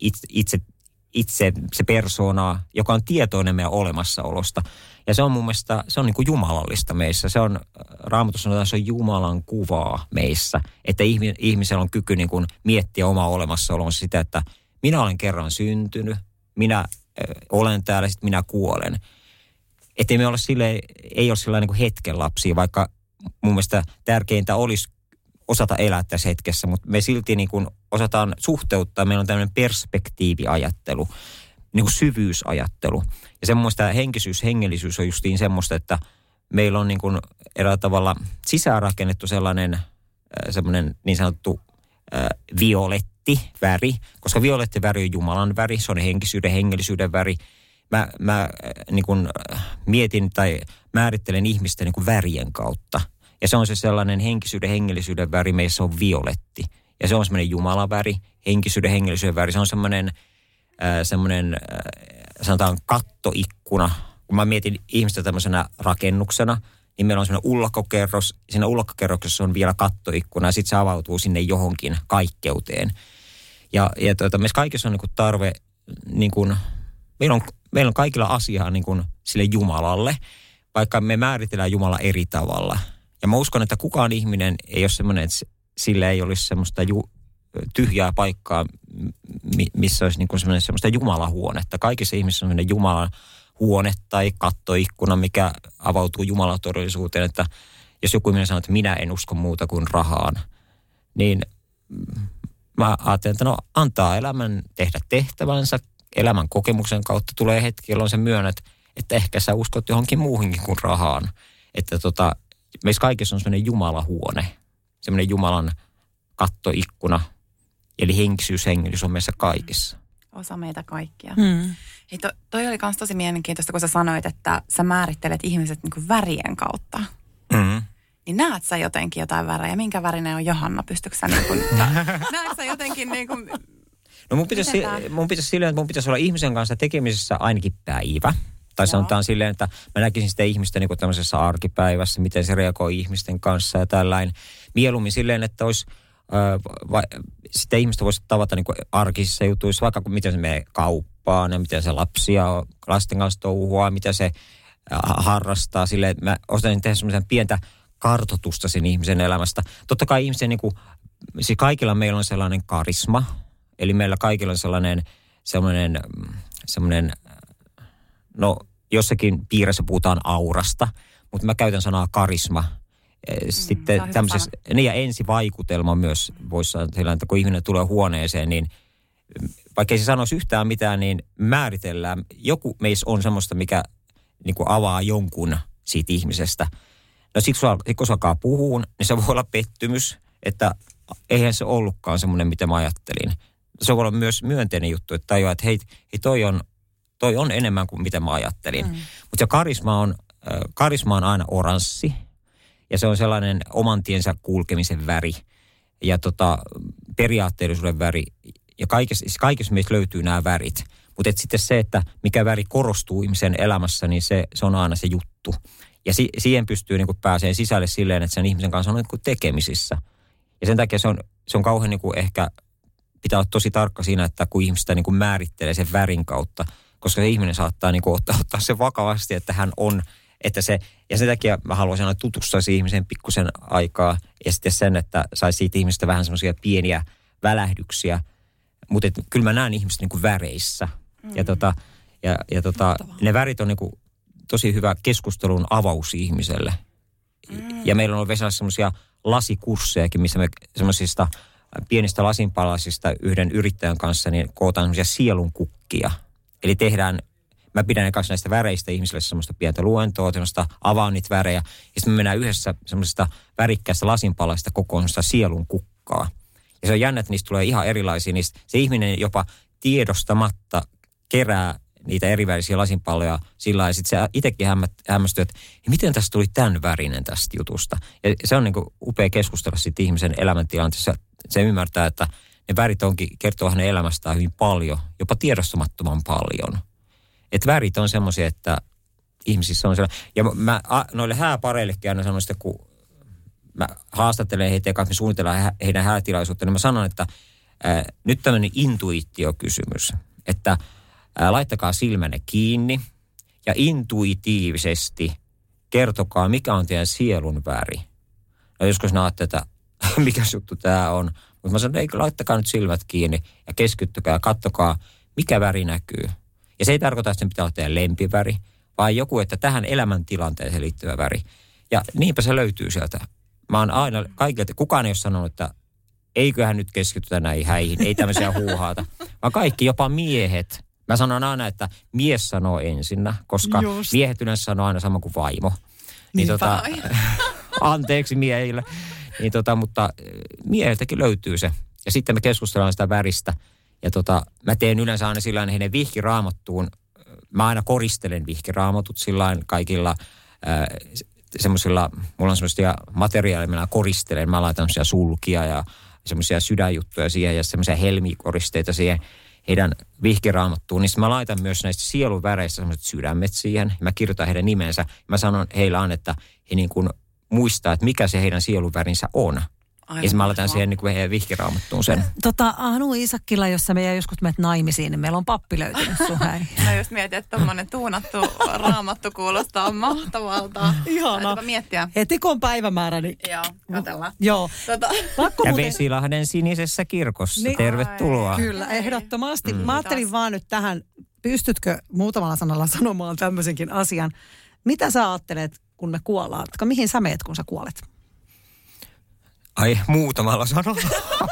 itse se persoonaa, joka on tietoinen meidän olemassaolosta. Ja se on mun mielestä, se on niin kuin jumalallista meissä. Se on, Raamatussa sanotaan, se on Jumalan kuvaa meissä. Että ihmisellä on kyky niin kuin miettiä omaa olemassaolonsa sitä, että minä olen kerran syntynyt, minä olen täällä, sitten minä kuolen. Että me ei ole sellainen niin kuin hetken lapsia, vaikka mun mielestä tärkeintä olisi osata elää tässä hetkessä, mutta me silti niin kuin osataan suhteuttaa. Meillä on tämmöinen perspektiiviajattelu, niin kuin syvyysajattelu. Ja semmoista henkisyys, hengellisyys on justiin semmoista, että meillä on niin kuin eräällä tavalla sisäänrakennettu semmoinen niin sanottu violettiväri, koska violettiväri on Jumalan väri, se on henkisyyden, hengellisyyden väri. Mä niin kuin mietin tai määrittelen ihmistä niin kuin värien kautta. Ja se on se sellainen henkisyyden, hengellisyyden väri, meissä on violetti. Ja se on semmoinen Jumalan väri, henkisyyden, hengellisyyden väri. Se on semmoinen sanotaan kattoikkuna. Kun mä mietin ihmistä tämmöisenä rakennuksena, niin meillä on semmoinen ullakkokerros. Siinä ullakkokerroksessa on vielä kattoikkuna ja sitten se avautuu sinne johonkin kaikkeuteen. Ja meissä kaikissa on niin kuin tarve, niin kuin, meillä on kaikilla asiaa niin kuin sille Jumalalle, vaikka me määritellään Jumala eri tavalla. Ja mä uskon, että kukaan ihminen ei ole semmoinen, että sillä ei olisi semmoista tyhjää paikkaa, missä olisi niin kuin semmoista Jumalahuonetta. Kaikissa ihmisissä on semmoinen Jumalan huone tai kattoikkuna, mikä avautuu jumalatodellisuuteen, että jos joku minä sanoo, että minä en usko muuta kuin rahaan, niin mä ajattelen, että no antaa elämän tehdä tehtävänsä, elämän kokemuksen kautta tulee hetki, jolloin sä myönnät, että ehkä sä uskot johonkin muuhinkin kuin rahaan. Että meissä kaikissa on semmoinen jumalahuone, semmoinen Jumalan kattoikkuna, eli henkisyys, hengellisyys on meissä kaikissa. Osa meitä kaikkia. Hei, toi oli myös tosi mielenkiintoista, kun sä sanoit, että sä määrittelet ihmiset niin kuin värien kautta. Niin näet sä jotenkin jotain värejä? Minkä värinen on Johanna? Pystytkö sä niin kuin, näet sä jotenkin niin kuin... No mun pitäisi olla ihmisen kanssa tekemisessä ainakin päivä. Tai sanotaan silleen, että mä näkisin sitä ihmistä niin kuin tämmöisessä arkipäivässä, miten se reagoi ihmisten kanssa ja tällainen. Mieluummin silleen, että olisi, sitä ihmistä voisi tavata niin kuin arkisissa jutuissa, vaikka miten se menee kauppaan ja miten se lasten kanssa touhua, miten se harrastaa. Silleen, että mä osaisin tehdä semmoisen pientä kartoitusta sen ihmisen elämästä. Totta kai ihmisen, niin kuin, siis kaikilla meillä on sellainen karisma, eli meillä kaikilla on sellainen no jossakin piirissä puhutaan aurasta, mutta mä käytän sanaa karisma. Sitten tämmöisessä, niin ja ensivaikutelma myös voisi sanoa, että kun ihminen tulee huoneeseen, niin vaikka ei se sanoisi yhtään mitään, niin määritellään. Joku meissä on semmoista, mikä niin kuin avaa jonkun siitä ihmisestä. No siksi kun se alkaa puhuun, niin se voi olla pettymys, että eihän se ollutkaan semmoinen, mitä mä ajattelin. Se voi olla myös myönteinen juttu, että tajuaa, että hei toi on enemmän kuin mitä mä ajattelin. Mutta se karisma on aina oranssi ja se on sellainen oman tiensä kulkemisen väri ja periaatteellisuuden väri. Ja kaikissa meistä löytyy nämä värit. Mutta sitten se, että mikä väri korostuu ihmisen elämässä, niin se on aina se juttu. Ja siihen pystyy niin kuin pääsee sisälle silleen, että sen ihmisen kanssa on niin kuin tekemisissä. Ja sen takia se on kauhean niin kuin ehkä, pitää olla tosi tarkka siinä, että kun ihmistä niin kuin määrittelee sen värin kautta, koska se ihminen saattaa niin kuin ottaa sen vakavasti, että hän on, että se, ja sen takia mä haluaisin aina tutustua siihen ihmiseen pikkusen aikaa, ja sitten sen, että saisi siitä ihmistä vähän semmoisia pieniä välähdyksiä, mutta kyllä mä näen ihmiset niin kuin väreissä. Ja ne värit on niin kuin tosi hyvä keskustelun avaus ihmiselle. Ja meillä on ollut semmoisia lasikurssejakin, missä me semmoisista pienistä lasinpalasista yhden yrittäjän kanssa niin kootaan semmoisia sielunkukkia. Eli mä pidän ekaksi näistä väreistä ihmisille semmoista pientä luentoa, semmoista avaa niitä värejä. Ja sitten me mennään yhdessä semmoisesta värikkäistä lasinpalaista kokoon semmoista sielunkukkaa. Ja se on jännä, että niistä tulee ihan erilaisia. Se ihminen jopa tiedostamatta kerää niitä erivärisiä lasinpalloja sillä lailla. Sitten se itsekin hämmästyy, että miten tästä tuli tämän värinen tästä jutusta. Ja se on niin kuin upea keskustella sitten ihmisen elämäntilanteessa. Se ymmärtää, että ne värit kertoo hänen elämästään hyvin paljon, jopa tiedostamattoman paljon. Että värit on semmoisia, että ihmisissä on sellainen. Ja mä noille hääpareillekin aina sanon sitä, kun mä haastattelen heitä ja kanssa me suunnitellaan heidän häätilaisuutta, niin mä sanon, että nyt tämmöinen intuitiokysymys, että laittakaa silmänne kiinni ja intuitiivisesti kertokaa, mikä on teidän sielun väri. No joskus ne ajattelee, että mikä juttu tämä on. Mutta mä sanon, että laittakaa nyt silmät kiinni ja keskittykää ja katsokaa, mikä väri näkyy. Ja se ei tarkoita, että sen pitää olla teidän lempiväri, vaan joku, että tähän elämäntilanteeseen liittyvä väri. Ja niinpä se löytyy sieltä. Mä oon aina kaikilta, kukaan ei ole sanonut, että eiköhän nyt keskitytä näihin häihin, ei tämmöisiä huuhaata. Vaan kaikki, jopa miehet. Mä sanon aina, että mies sanoo ensinnä, koska miehet yleensä sanoo aina sama kuin vaimo. Niin anteeksi miehille. Niin mutta mieheltäkin löytyy se. Ja sitten me keskustellaan sitä väristä. Ja mä teen yleensä aina sillain heidän vihkiraamattuun. Mä aina koristelen vihkiraamatut sillain kaikilla semmoisilla, mulla on semmoisia materiaaleja, millä koristelen. Mä laitan semmoisia sulkia ja semmoisia sydänjuttuja siihen ja semmoisia helmikoristeita siihen heidän vihkiraamattuun. Niin mä laitan myös näistä sielun väreistä semmoiset sydämet siihen. Mä kirjoitan heidän nimensä. Mä sanon heillä on, että he niin kuin muistaa, että mikä se heidän sielun värinsä on. Aivan, ja mä aloitan siihen niin kuin heidän vihkiraamattuun sen. Anu Isakkila, jossa me joskus menet naimisiin, niin meillä on pappi löytynyt sun häin. Mä just mietin, että tommonen tuunattu raamattu kuulostaa mahtavalta. Ihanaa. Miettiä. Heti kun on päivämäärä, niin... Joo, katsellaan. Joo. Ja Vesilahden sinisessä kirkossa. Niin, tervetuloa. Kyllä, ehdottomasti. Mä ajattelin vaan nyt tähän pystytkö muutamalla sanalla sanomaan tämmöisenkin asian? Mitä sä ajattelet, kun me kuollaan? Mihin sä meet, kun sä kuolet? Ai, muutamalla sanalla.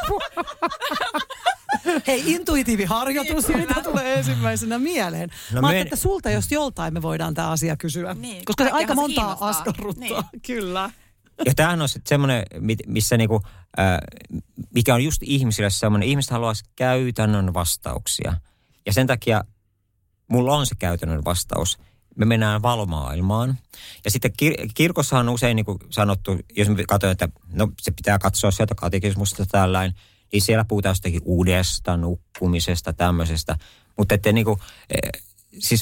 Hei, intuitiiviharjoitus, mitä tulee ensimmäisenä mieleen. Mä ajattelin, että sulta jos joltain me voidaan tämä asia kysyä. Niin, koska se aika montaa kiinnostaa. askarruttaa. Niin. Kyllä. Ja tämähän on sitten semmoinen, missä niinku, mikä on just ihmisille semmoinen, ihmiset haluaisi käytännön vastauksia. Ja sen takia mulla on se käytännön vastaus. Me mennään valomaailmaan. Ja sitten kirkossa on usein niin kuin sanottu, jos me katsotaan, että no se pitää katsoa sieltä katekismusta tällainen, niin siellä puhutaan jostakin uudesta nukkumisesta, tämmöisestä. Mutta että niin kuin, siis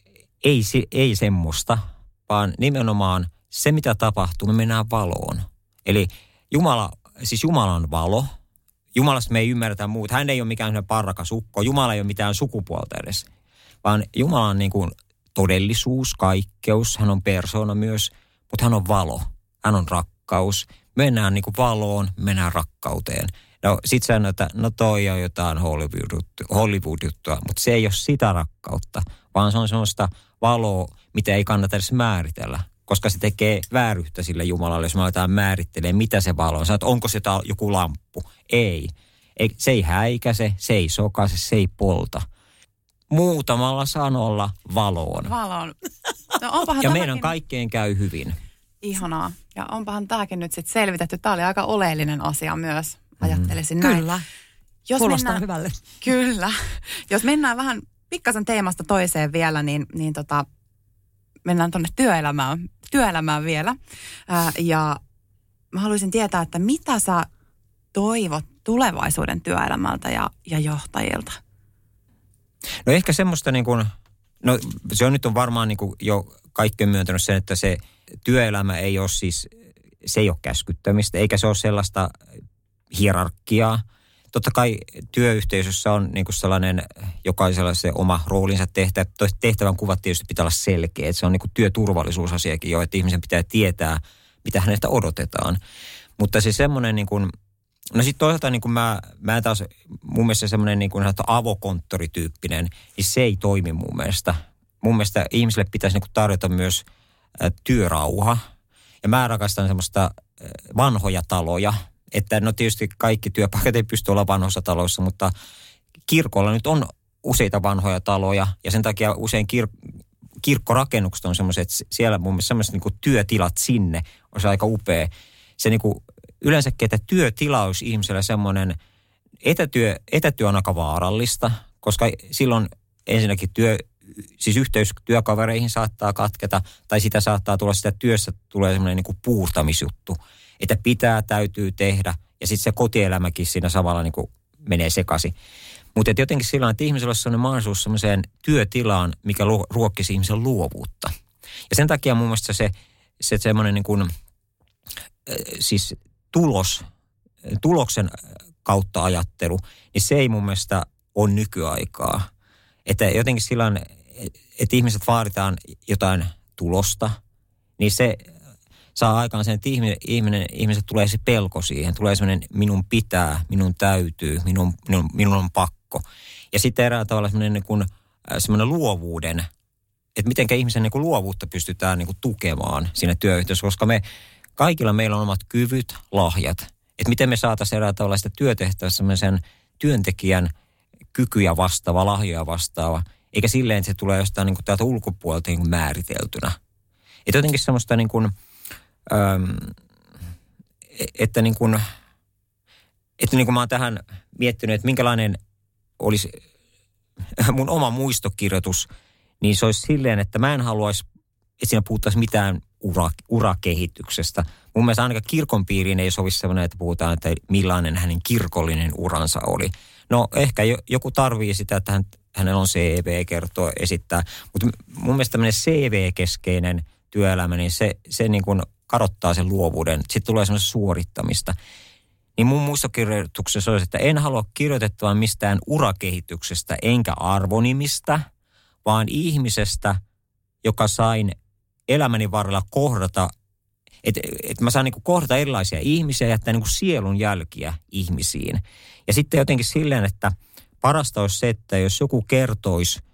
ei semmoista, vaan nimenomaan se, mitä tapahtuu, me mennään valoon. Eli Jumala on valo. Jumalasta me ei ymmärretä muuta. Hän ei ole mikään parrakas ukko. Jumala ei ole mitään sukupuolta edes. Vaan Jumala on niin kuin todellisuus, kaikkeus. Hän on persoona myös, mutta hän on valo. Hän on rakkaus. Mennään niin kuin valoon, mennään rakkauteen. No sit sanoo, että no toi on jotain Hollywood-juttua, mutta se ei ole sitä rakkautta, vaan se on semmoista valoa, mitä ei kannata edes määritellä. Koska se tekee vääryyttä sille Jumalalle, jos me aletaan määrittelemään, mitä se valo on. Sanoit, onko se joku lamppu? Ei. Se ei häikäise, se ei sokaise, se ei polta. Muutamalla sanolla valoon. Valoon. No, ja meidän kaikkeen käy hyvin. Ihanaa. Ja onpahan tämäkin nyt sitten selvitetty. Tämä oli aika oleellinen asia myös, ajattelisin näin. Kyllä. Kuulostaa hyvälle. Kyllä. Jos mennään vähän pikkasen teemasta toiseen vielä, niin mennään tuonne työelämään vielä. Ja mä haluaisin tietää, että mitä sä toivot tulevaisuuden työelämältä ja johtajilta? No ehkä semmoista niin kuin, no se on nyt varmaan niin kuin jo kaikki on myöntänyt sen, että se työelämä ei ole siis, se ei ole käskyttämistä, eikä se ole sellaista hierarkiaa. Totta kai työyhteisössä on niin kuin sellainen, jokaisella se oma roolinsa tehtävän kuvat tietysti pitää olla selkeä. Että se on niin kuin työturvallisuusasiakin jo, että ihmisen pitää tietää, mitä hänestä odotetaan. Mutta se semmoinen niin kuin, no sitten toisaalta niin kuin mä taas, mun mielestä semmoinen niin kuin avokonttorityyppinen, niin se ei toimi mun mielestä. Mun mielestä ihmisille pitäisi niin kuin tarjota myös työrauha. Ja mä rakastan semmoista vanhoja taloja. Että no tietysti kaikki työpaikat ei pysty olla vanhoissa taloissa, mutta kirkolla nyt on useita vanhoja taloja. Ja sen takia usein kirkkorakennukset on semmoiset, että siellä mun mielestä semmoiset niin kuin työtilat sinne on se aika upea. Se niin kuin yleensäkin, että työtila olisi ihmisellä semmoinen, etätyö on aika vaarallista, koska silloin ensinnäkin siis yhteys työkavereihin saattaa katketa, tai sitä saattaa tulla, sitä työssä tulee semmoinen niin kuin puurtamisjuttu, että täytyy tehdä, ja sitten se kotielämäkin siinä samalla niin kuin menee sekaisin. Mutta jotenkin sillä että ihmisellä olisi sellainen mahdollisuus semmoiseen työtilaan, mikä ruokkisi ihmisen luovuutta. Ja sen takia mun mielestä se semmoinen niin kuin, siis tuloksen kautta ajattelu, niin se ei mun mielestä ole nykyaikaa. Että jotenkin sillä että ihmiset vaaditaan jotain tulosta, niin se saa aikaan sen, että ihmiset tulee se pelko siihen. Tulee semmoinen minun pitää, minun täytyy, minun on pakko. Ja sitten eräällä tavalla semmoinen luovuuden, että mitenkä ihmisen niin kuin luovuutta pystytään niin kuin tukemaan siinä työyhteisössä, koska kaikilla meillä on omat kyvyt, lahjat. Että miten me saataisiin eräällä tavalla sitä työtehtävässä semmoisen työntekijän kykyjä vastaava, lahjoja vastaava, eikä silleen, että se tulee jostain niin kuin täältä ulkopuolelta niin kuin määriteltynä. Että jotenkin semmoista niin kuin, että niin kuin mä oon tähän miettinyt, että minkälainen olisi mun oma muistokirjoitus, niin se olisi silleen, että mä en haluaisi, että siinä puhuttaisiin mitään urakehityksestä. Mun mielestä ainakaan kirkon piiriin ei sovi sellainen, että puhutaan, että millainen hänen kirkollinen uransa oli. No ehkä joku tarvii sitä, että hänellä on CV, kertoo, esittää. Mutta mun mielestä tämmöinen CV-keskeinen työelämä, niin se niin kuin kadottaa sen luovuuden. Sitten tulee semmoista suorittamista. Niin mun muistokirjoituksessa olisi, että en halua kirjoitettavan mistään urakehityksestä enkä arvonimistä, vaan ihmisestä, joka sain elämäni varrella kohdata, että mä saan niin kuin kohdata erilaisia ihmisiä ja jättää niin kuin sielun jälkiä ihmisiin. Ja sitten jotenkin silleen, että parasta olisi se, että jos joku kertoisi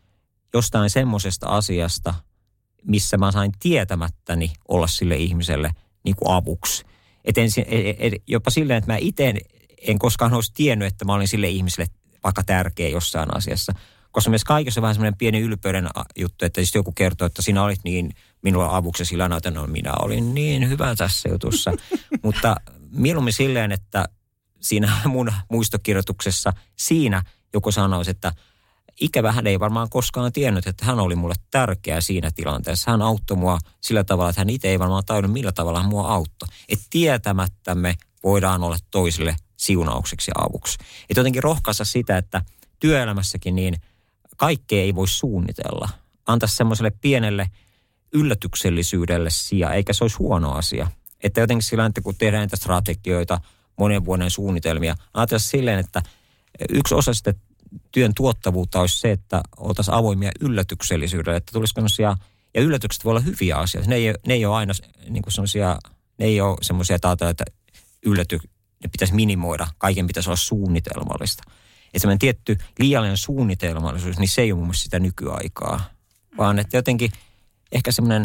jostain semmoisesta asiasta, missä mä sain tietämättäni olla sille ihmiselle niin kuin avuksi. Jopa silleen, että mä itse en koskaan olisi tiennyt, että mä olin sille ihmiselle vaikka tärkeä jossain asiassa. Koska myös kaikessa on vähän semmoinen pieni ylpeyden juttu, että sitten joku kertoo, että sinä olit niin minulla avuksi, sillä näytän, että minä olin niin hyvä tässä jutussa. Mutta mieluummin silleen, että siinä mun muistokirjoituksessa siinä joku sanoisi, että ikävä hän ei varmaan koskaan tiennyt, että hän oli mulle tärkeä siinä tilanteessa. Hän auttoi mua sillä tavalla, että hän itse ei varmaan tajunnut, millä tavalla hän mua auttoi. Että tietämättämme voidaan olla toisille siunaukseksi ja avuksi. Että jotenkin rohkaista sitä, että työelämässäkin niin kaikkea ei voi suunnitella. Antaa semmoiselle pienelle yllätyksellisyydelle sijaa, eikä se olisi huono asia. Että jotenkin sillä, että kun tehdään niitä strategioita, monen vuoden suunnitelmia, ajatella silleen, että yksi osa sitä työn tuottavuutta olisi se, että oltaisiin avoimia yllätyksellisyydelle, että tulisiko semmoisia, ja yllätykset voi olla hyviä asioita. Ne ei ole aina niin kuin semmoisia, ne ei ole semmoisia, että ajatellaan, että ne pitäisi minimoida, kaiken pitäisi olla suunnitelmallista. Että semmoinen tietty liiallinen suunnitelmallisuus, niin se ei ole mun mielestä sitä nykyaikaa. Vaan että jotenkin ehkä semmoinen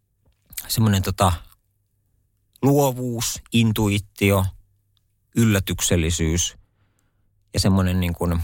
luovuus, intuitio, yllätyksellisyys ja semmoinen niin kuin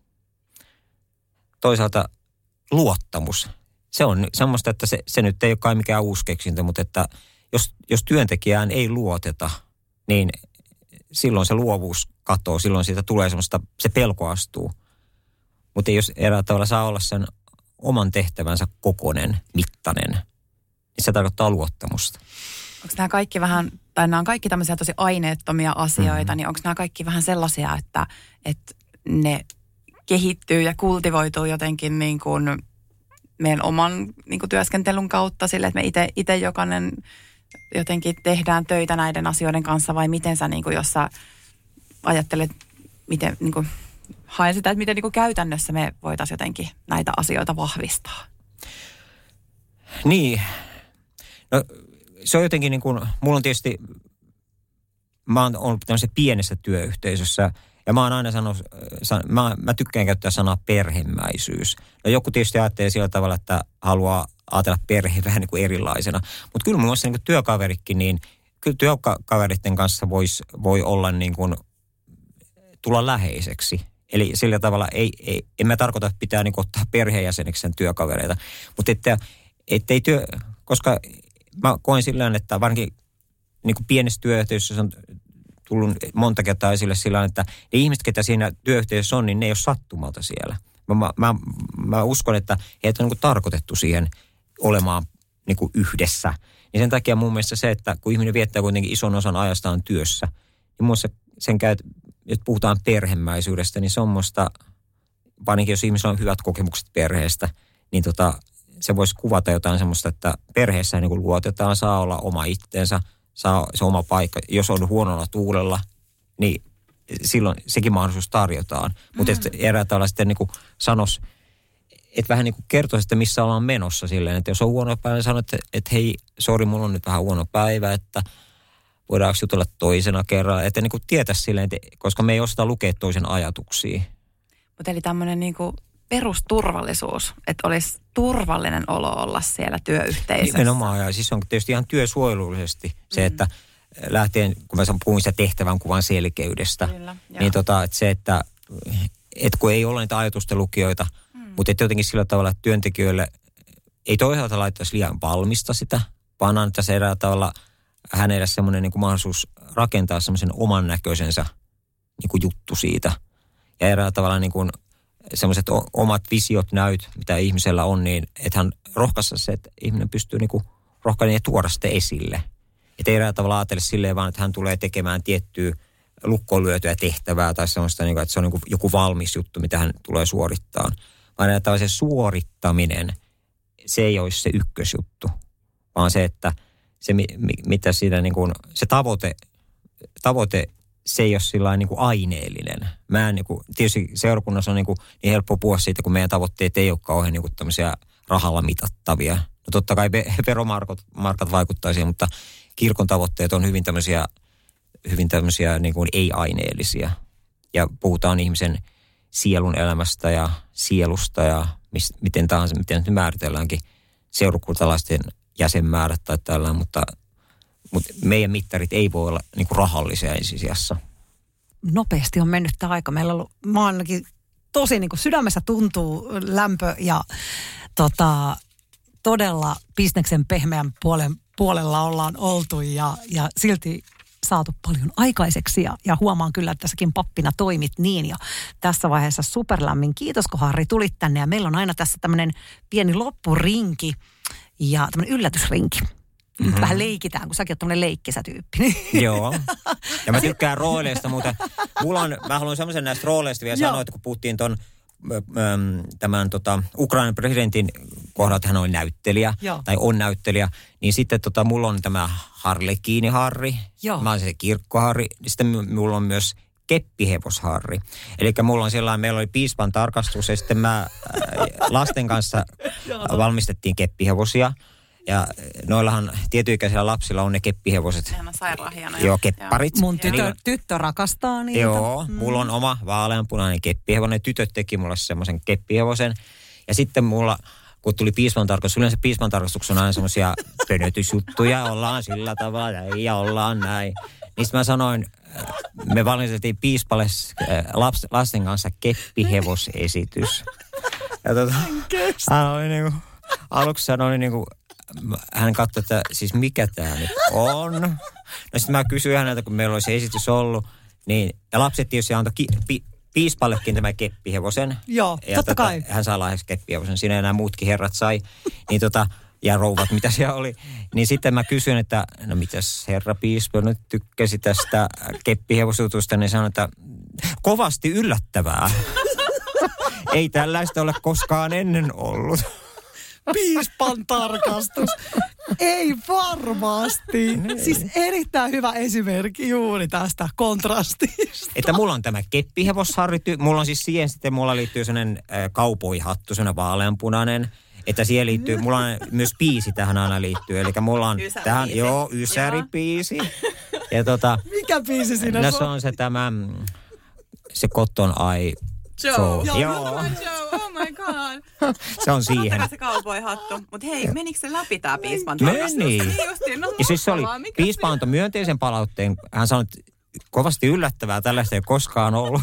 toisaalta luottamus. Se on semmoista, että se nyt ei ole kai mikään uusi keksintö, mutta että jos työntekijään ei luoteta, niin silloin se luovuus katoo, silloin siitä tulee semmoista, se pelko astuu. Mutta jos eräällä tavalla saa olla sen oman tehtävänsä kokoinen, mittainen, niin se tarkoittaa luottamusta. Onko nämä kaikki vähän, tai nämä on kaikki tämmöisiä tosi aineettomia asioita, niin onko nämä kaikki vähän sellaisia, että ne kehittyy ja kultivoituu jotenkin niin kuin meidän oman niin kuin työskentelyn kautta sille, että me itse jokainen jotenkin tehdään töitä näiden asioiden kanssa, vai miten sä, niin kuin, jos sä ajattelet, miten niin kuin, haen sitä, että miten niin kuin käytännössä me voitaisiin jotenkin näitä asioita vahvistaa? Niin. No se on jotenkin niin kuin, mulla on tietysti, mä oon ollut tämmöisessä pienessä työyhteisössä, ja mä oon aina sanonut, mä tykkään käyttää sanaa perhemäisyys. No joku tietysti ajattelee sillä tavalla, että haluaa ajatella perhe vähän niin kuin erilaisena. Mutta kyllä mun mielestä niin kuin työkaverikin, niin kyllä työkaveritten kanssa voi olla niin kuin, tulla läheiseksi. Eli sillä tavalla en mä tarkoita, että pitää niin kuin ottaa perheenjäseneksi sen työkavereita. Mutta ettei koska mä koen sillä että varsinkin niin kuin pienessä työyhteisössä on tullut monta kertaa esille sillä että ne ihmiset, ketä siinä työyhteisössä on, niin ne ei ole sattumalta siellä. Mä uskon, että heitä on niin kuin tarkoitettu siihen olemaan niin kuin yhdessä. Ja sen takia mun mielestä se, että kun ihminen viettää kuitenkin ison osan ajastaan työssä, niin mun mielestä sen että puhutaan perhemäisyydestä, niin se on musta, varsinkin jos ihmisillä on hyvät kokemukset perheestä, niin se voisi kuvata jotain semmoista, että perheessä niin kuin luotetaan, saa olla oma itteensä, saa se oma paikka. Jos on huonolla tuulella, niin silloin sekin mahdollisuus tarjotaan. Mutta erää tavalla sitten niin kuin sanoisi, että vähän niin kuin kertoisi, että missä ollaan menossa silleen, että jos on huono päivä, niin sanoo, että hei, sori, mulla on nyt vähän huono päivä, että voidaanko jutella toisena kerran. Että niin kuin tietäisi silleen, että, koska me ei osata lukea toisen ajatuksia. Mutta eli tämmöinen niin kuin perusturvallisuus, että olisi turvallinen olo olla siellä työyhteisössä. Nimenomaan, ja siis on tietysti ihan työsuojelullisesti se, että lähtien, kun mä puhuin sitä tehtävän kuvan selkeydestä, kyllä, niin että se, että kun ei ole niitä ajatusten lukijoita, mutta että jotenkin sillä tavalla, että työntekijöille ei toisaalta laittaisi liian valmista sitä, vaan annettaisiin eräällä tavalla hänelle semmoinen niin kuin mahdollisuus rakentaa semmoisen oman näköisensä niin kuin juttu siitä. Ja eräällä tavalla niin kuin semmoiset omat visiot, näyt, mitä ihmisellä on, niin että hän rohkaisi se, että ihminen pystyy niin kuin rohkainen ja tuoda sitä esille. Että ei eräällä tavalla ajatella silleen vaan, että hän tulee tekemään tiettyä lukkoon lyötyä tehtävää tai semmoista, niin kuin, että se on niin kuin joku valmis juttu, mitä hän tulee suorittamaan. Vaan eräällä tavalla se suorittaminen, se ei olisi se ykkösjuttu, vaan se, että se, mitä siinä niin kuin, se tavoite, se ei ole sillain niin kuin aineellinen. Mä en niin kuin, tietysti seurakunnassa on niin helppo puhua siitä, kun meidän tavoitteet ei ole kauhean niin kuin tämmöisiä rahalla mitattavia. No totta kai veromarkat vaikuttaa siihen, mutta kirkon tavoitteet on hyvin tämmöisiä niin kuin ei-aineellisia. Ja puhutaan ihmisen sielun elämästä ja sielusta ja miten tahansa, miten nyt määritelläänkin seurakuntalaisten jäsenmäärät tai tällä, mutta meidän mittarit ei voi olla niin kuin rahallisia ensisijassa. Nopeasti on mennyt tämä aika. Meillä on ollut, mä ainakin tosi niin kuin sydämessä tuntuu lämpö ja todella bisneksen pehmeän puolella ollaan oltu ja silti saatu paljon aikaiseksi ja huomaan kyllä, että tässäkin pappina toimit niin ja tässä vaiheessa superlämmin. Kiitos, kun Harri tulit tänne ja meillä on aina tässä tämmöinen pieni loppurinki ja tämmöinen yllätysrinki. Nyt vähän leikitään, kun säkin oot tämmöinen leikkisä tyyppi. Joo. Ja mä tykkään rooleista, mutta mä haluan semmoisen näistä rooleista vielä sanoa, että kun puhuttiin tämän Ukrainan presidentin kohdalta, hän oli näyttelijä, tai on näyttelijä, niin sitten mulla on tämä Harlekiini-Harri, mä oon se Kirkko-Harri, niin sitten mulla on myös Keppihevos-Harri. Eli mulla on sellainen, meillä oli piispan tarkastus, ja sitten lasten kanssa valmistettiin keppihevosia. Ja noillahan tietyikäisillä lapsilla on ne keppihevoset. Sehän on sairaan hienoja. Joo, kepparit. Mun tyttö rakastaa niitä. Joo, mulla on oma vaaleanpunainen keppihevonen. Tytöt teki mulle semmoisen keppihevosen. Ja sitten mulla, kun tuli piispantarkastus, yleensä piispantarkastuksen on aina semmoisia pönötysjuttuja. Ollaan sillä tavalla ja ollaan näin. Niin sitten mä sanoin, me valmistettiin piispalle lasten kanssa keppihevosesitys. Ja hän oli niinku, aluksi hän oli niinku, hän katsoi, että siis mikä tämä nyt on. No sitten mä kysyin häneltä, kun meillä oli se esitys ollut, niin ja lapset tietysti antoi piispallekin tämän keppihevosen. Joo, ja totta kai. Hän saa lahjaksi keppihevosen, siinä enää muutkin herrat sai. Niin ja rouvat, mitä siellä oli. Niin sitten mä kysyin, että no mitäs herra piispa nyt tykkäsi tästä keppihevosutusta, niin sanoin, että kovasti yllättävää. Ei tällaista ole koskaan ennen ollut. Piispan tarkastus. Ei varmasti. Niin. Siis erittäin hyvä esimerkki juuri tästä kontrastista. Että mulla on tämä keppihevosharri. Mulla on siis siihen sitten, mulla liittyy sellainen kaupoihattu, sellainen vaaleanpunainen. Että siihen liittyy, mulla on myös biisi tähän aina liittyy. Eli mulla on tähän, ysäribiisi. Ja mikä biisi siinä on? Se on se se Cotton Eye Joe. Joo. Oh my god. Se on siihen. Se kaupoihattu. Mutta hei, menikö se läpi tää piispan tarkastus? Meni. Ja siis se oli, piispa antoi myönteisen palautteen. Hän sanoi, että kovasti yllättävää, tällaista ei koskaan ollut.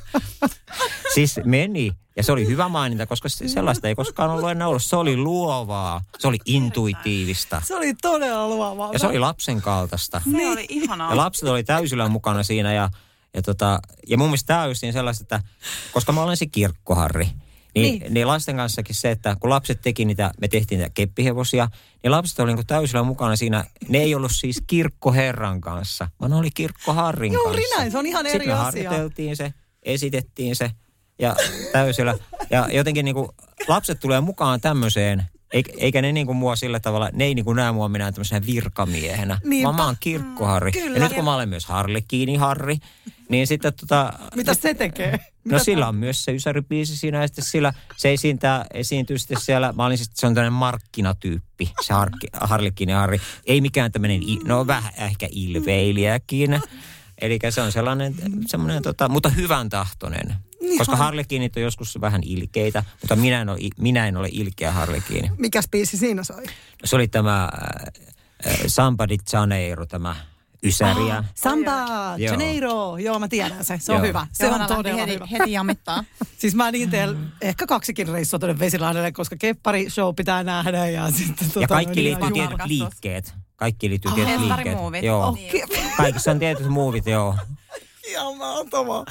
Siis meni. Ja se oli hyvä maininta, koska sellaista ei koskaan ollut enää ollut. Se oli luovaa. Se oli intuitiivista. Se oli todella luovaa. Ja se oli lapsen kaltaista. Se oli ihanaa. Ja lapset oli täysillä mukana siinä ja mun mielestä tämä on just niin sellaista, että koska mä olen se Kirkko-Harri, niin lasten kanssakin se, että kun lapset teki niitä, me tehtiin niitä keppihevosia, niin lapset oli niin täysillä mukana siinä. Ne ei ollut siis Kirkko-Herran kanssa, vaan ne oli Kirkko-Harrin kanssa. Juuri näin, se on ihan eri asia. Sitten me harjoiteltiin se, esitettiin se ja täysillä. Ja jotenkin niin kuin lapset tulee mukaan tämmöiseen. Eikä ne niinku mua sillä tavalla, ne ei niinku näe mua minä tämmöisenä virkamiehenä, vaan mä oon Kirkko-Harri. Ja nyt kun mä olen myös Harlekiini-Harri, niin sitten mitä se tekee? No sillä on myös se ysäribiisi siinä ja sitten se esiintyy sitten siellä, mä olin sitten, se on tämmöinen markkinatyyppi, se Harlekiini-Harri. Ei mikään tämmöinen, no vähän ehkä ilveilijäkin. Eli se on semmoinen, mutta hyvän tahtoinen. Koska harlekiinit on joskus vähän ilkeitä, mutta minä en ole ilkeä harlekiini. Mikäs biisi siinä soi? No, se oli tämä Samba di Janeiro, tämä ysäriä. Samba Janeiro, joo mä tiedän se. Se on hyvä. Se on todella hyvä. Heti jammittaa. Siis mä niin teen ehkä 2 reissua tuonne Vesilahdelle, koska keppari-show pitää nähdä ja sitten ja kaikki liittyy tietyt liikkeet. Kaikki liittyy tietyt liikkeet. Joo. Kaikissa on tietyt muovit, joo. Ihan mahtavaa.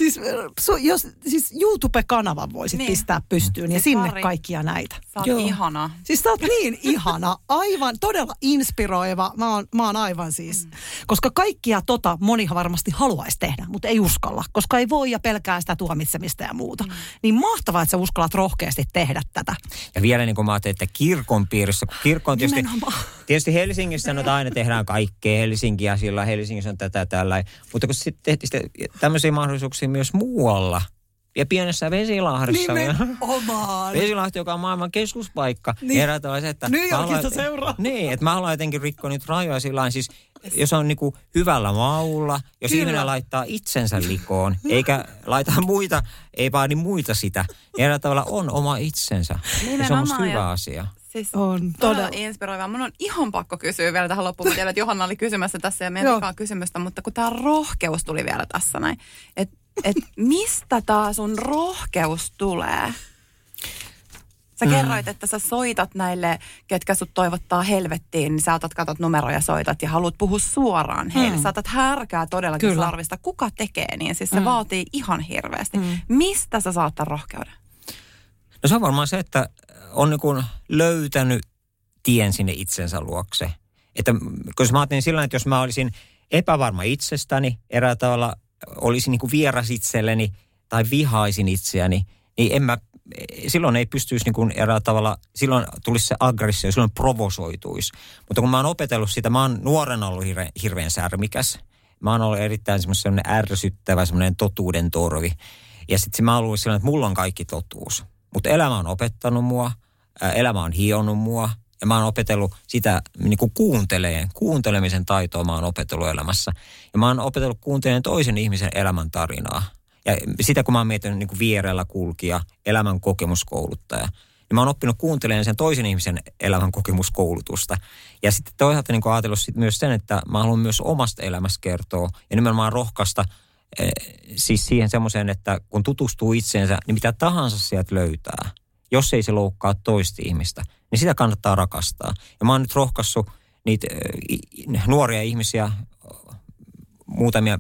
Siis YouTube-kanavan voisit pistää pystyyn ja sinne kaikkia näitä. Sä oot ihana. Siis sä oot niin ihana, aivan todella inspiroiva. Mä oon aivan siis. Koska kaikkia monihan varmasti haluaisi tehdä, mutta ei uskalla. Koska ei voi ja pelkää sitä tuomitsemista ja muuta. Niin mahtavaa, että sä uskallat rohkeasti tehdä tätä. Ja vielä niin kuin mä ajattelin, että kirkon piirissä, kun kirkko on tietysti Helsingissä aina tehdään kaikkea. Helsingissä on tätä tällä. Mutta kun sitten tämmöisiä mahdollisuuksia myös muualla, Ja pienessä Vesilahdessa. Nimenomaan. Vesilahti, joka on maailman keskuspaikka. Niin. Se, että New Yorkista seuraa. Niin, että mä haluan jotenkin rikkoa nyt rajoja sillain. Siis jos on niinku hyvällä maulla, jos ihminen laittaa itsensä likoon, eikä laita muita, ei vaadi muita sitä. Ja eräällä tavalla on oma itsensä. Ja se on musta hyvä asia. Siis on todella inspiroivaa. Mun on ihan pakko kysyä vielä tähän loppuun. Mä tiedän, että Johanna oli kysymässä tässä ja meidän vikaan kysymystä, mutta kun tää rohkeus tuli vielä tässä näin. Että mistä tää sun rohkeus tulee? Sä kerroit, että sä soitat näille, ketkä sut toivottaa helvettiin, niin sä katot numeroja, soitat ja haluat puhua suoraan heille. Sä otat härkää todellakin sarvista. Kuka tekee niin? Siis se vaatii ihan hirveästi. Mistä sä saat tämän rohkeuden? No se on varmaan se, että on niin kuin löytänyt tien sinne itsensä luokse. Että koska mä ajattelin sillä, että jos mä olisin epävarma itsestäni, eräällä tavalla olisin niin kuin vieras itselleni tai vihaisin itseäni, niin silloin ei pystyisi niin kuin eräällä tavalla, silloin tulisi se aggressio, silloin provosoituisi. Mutta kun mä oon opetellut sitä, mä oon nuorena ollut hirveän särmikäs. Mä oon ollut erittäin semmoinen ärsyttävä, semmoinen totuuden torvi. Ja sitten mä oon ollut silloin, että mulla on kaikki totuus. Mutta elämä on opettanut mua, elämä on hionut mua ja mä oon opetellut sitä niin kuin kuuntelemisen taitoa mä oon opetellut elämässä. Ja mä oon opetellut kuuntelemaan toisen ihmisen elämän tarinaa. Ja sitä kun mä oon miettinyt niin kuin vierellä kulkija, elämän kokemuskouluttaja, niin mä oon oppinut kuuntelemaan sen toisen ihmisen elämän kokemuskoulutusta. Ja sitten toisaalta niin kuin ajatellut myös sen, että mä haluan myös omasta elämästä kertoa ja nimenomaan rohkaista siis siihen semmoiseen, että kun tutustuu itseensä, niin mitä tahansa sieltä löytää. Jos ei se loukkaa toista ihmistä, niin sitä kannattaa rakastaa. Ja mä oon nyt rohkaissut niitä nuoria ihmisiä, muutamia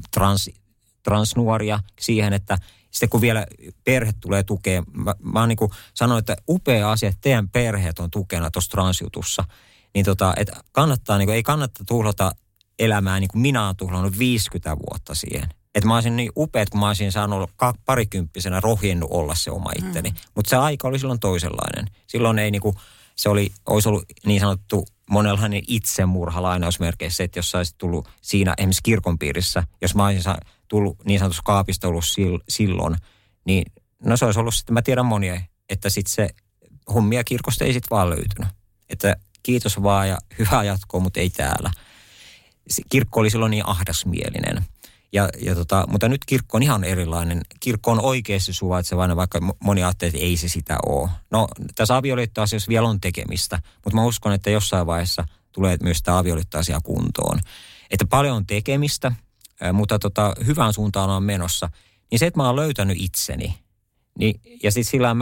transnuoria siihen, että sitten kun vielä perhe tulee tukea, mä oon niin kuin sanoin, että upea asia, että teidän perheet on tukena tuossa transjutussa, niin että kannattaa, niin kuin, ei kannata tuhlata elämää niin kuin minä oon tuhlannut 50 vuotta siihen. Että mä olisin niin upeat, kun mä olisin saanut parikymppisenä rohjennut olla se oma itteni. Mutta se aika oli silloin toisenlainen. Silloin ei niinku, olisi ollut niin sanottu monenlainen itsemurha lainausmerkeissä, että jos sä olisit tullut siinä esimerkiksi kirkon piirissä, jos mä olisin tullut niin sanotussa kaapista ollut silloin, niin no se olisi ollut sitten, mä tiedän monia, että sitten se hommia kirkosta ei sitten vaan löytynyt. Että kiitos vaan ja hyvää jatkoa, mutta ei täällä. Kirkko oli silloin niin ahdasmielinen. Mutta nyt kirkko on ihan erilainen. Kirkko on oikeasti suvaitsevainen, vaikka moni ajattelee, että ei se sitä ole. No, tässä avioliittoasiassa vielä on tekemistä, mutta mä uskon, että jossain vaiheessa tulee myös tämä avioliittoasia kuntoon. Että paljon on tekemistä, mutta hyvään suuntaan on menossa. Niin se, että mä oon löytänyt itseni, niin, ja sitten sillä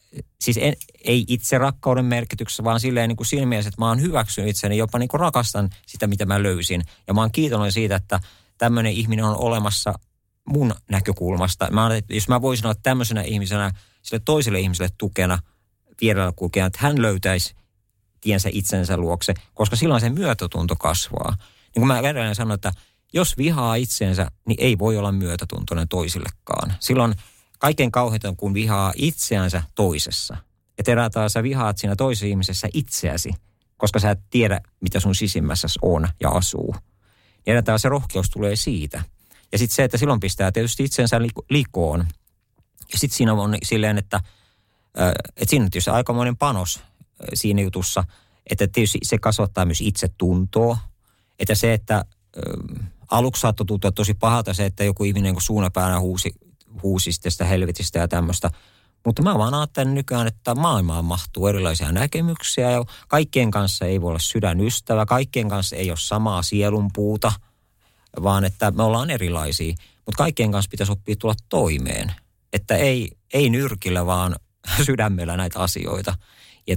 ei itse rakkauden merkityksessä, vaan silleen niin kuin siinä mielessä, että mä oon hyväksynyt itseni, jopa niin kuin rakastan sitä, mitä mä löysin. Ja mä oon kiitollinen siitä, että tämmöinen ihminen on olemassa mun näkökulmasta. Jos mä voisin olla tämmöisenä ihmisenä sille toiselle ihmiselle tukena vierellä kulkijana, että hän löytäisi tiensä itsensä luokse, koska silloin se myötätunto kasvaa. Niin kuin mä edelleen sanon, että jos vihaa itsensä, niin ei voi olla myötätuntoinen toisillekaan. Silloin kaikkein kauheita kun vihaa itseänsä toisessa. Että eräällä sä vihaat siinä toisessa ihmisessä itseäsi, koska sä et tiedä, mitä sun sisimmässä on ja asuu. Ja eräällä se rohkeus tulee siitä. Ja sitten se, että silloin pistää tietysti itsensä likoon. Ja sitten siinä on silleen, että siinä on tietysti aikamoinen panos siinä jutussa, että tietysti se kasvattaa myös itsetuntoa. Että se, että aluksi saattoi tuntua tosi pahalta se, että joku ihminen kun suunapäänä huusi sitä helvetistä ja tämmöistä. Mutta mä vaan ajattelen nykyään, että maailmaan mahtuu erilaisia näkemyksiä ja kaikkien kanssa ei voi olla sydänystävä, kaikkien kanssa ei ole samaa sielunpuuta, vaan että me ollaan erilaisia. Mutta kaikkien kanssa pitäisi oppia tulla toimeen, että ei nyrkillä, vaan sydämellä näitä asioita. Ja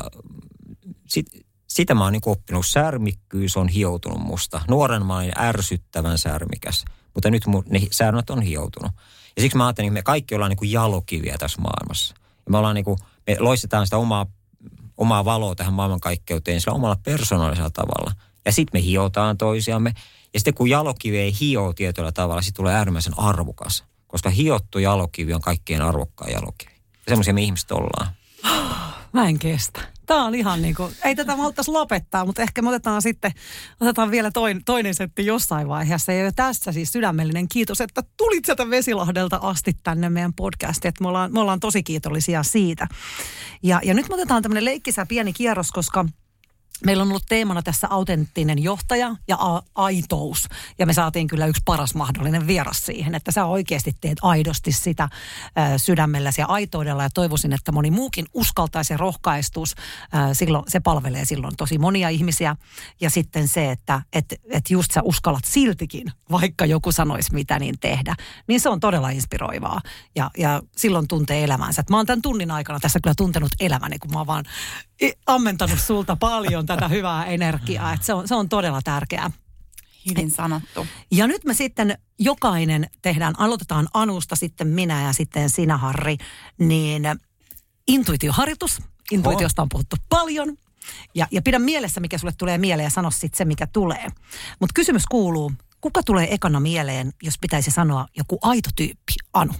sitä mä oon niin oppinut. Särmikkyys on hioutunut musta. Nuoren mä olin ärsyttävän särmikäs, mutta nyt ne säännöt on hioutunut. Ja siksi mä ajattelin, että me kaikki ollaan niin kuin jalokiviä tässä maailmassa. Ja me ollaan niin kuin, me loistetaan sitä omaa valoa tähän maailmankaikkeuteen sillä omalla persoonallisella tavalla. Ja sitten me hiotaan toisiamme. Ja sitten kun jalokivi ei hio tietyllä tavalla, sitten tulee äärimmäisen arvokas. Koska hiottu jalokivi on kaikkein arvokkain jalokivi. Ja semmoisia me ihmiset ollaan. Mä en kestä. Tää on ihan niinku, ei tätä malttaisi lopettaa, mutta ehkä me otetaan vielä toinen setti jossain vaiheessa. Ja tässä siis sydämellinen kiitos, että tulit sieltä Vesilahdelta asti tänne meidän podcastiin. Että me ollaan tosi kiitollisia siitä. Ja nyt me otetaan tämmöinen leikkisä pieni kierros, koska meillä on ollut teemana tässä autenttinen johtaja ja aitous. Ja me saatiin kyllä yksi paras mahdollinen vieras siihen, että sä oikeasti teet aidosti sitä sydämelläsi ja aitoudella. Ja toivoisin, että moni muukin uskaltaisi ja rohkaistuisi. Silloin, se palvelee silloin tosi monia ihmisiä. Ja sitten se, että just sä uskallat siltikin, vaikka joku sanoisi mitä niin tehdä. Niin se on todella inspiroivaa. Ja silloin tuntee elämänsä. Mä oon tämän tunnin aikana tässä kyllä tuntenut elämäni, kun mä oon vaan ammentanut sulta paljon tätä hyvää energiaa. Että se on todella tärkeää. Hyvin sanottu. Ja nyt me sitten jokainen aloitetaan Anusta, sitten minä ja sitten sinä, Harri, niin intuitioharjoitus. Intuitiosta on puhuttu paljon. Ja pidä mielessä, mikä sulle tulee mieleen ja sano sitten se, mikä tulee. Mutta kysymys kuuluu, kuka tulee ekana mieleen, jos pitäisi sanoa joku aito tyyppi? Anu.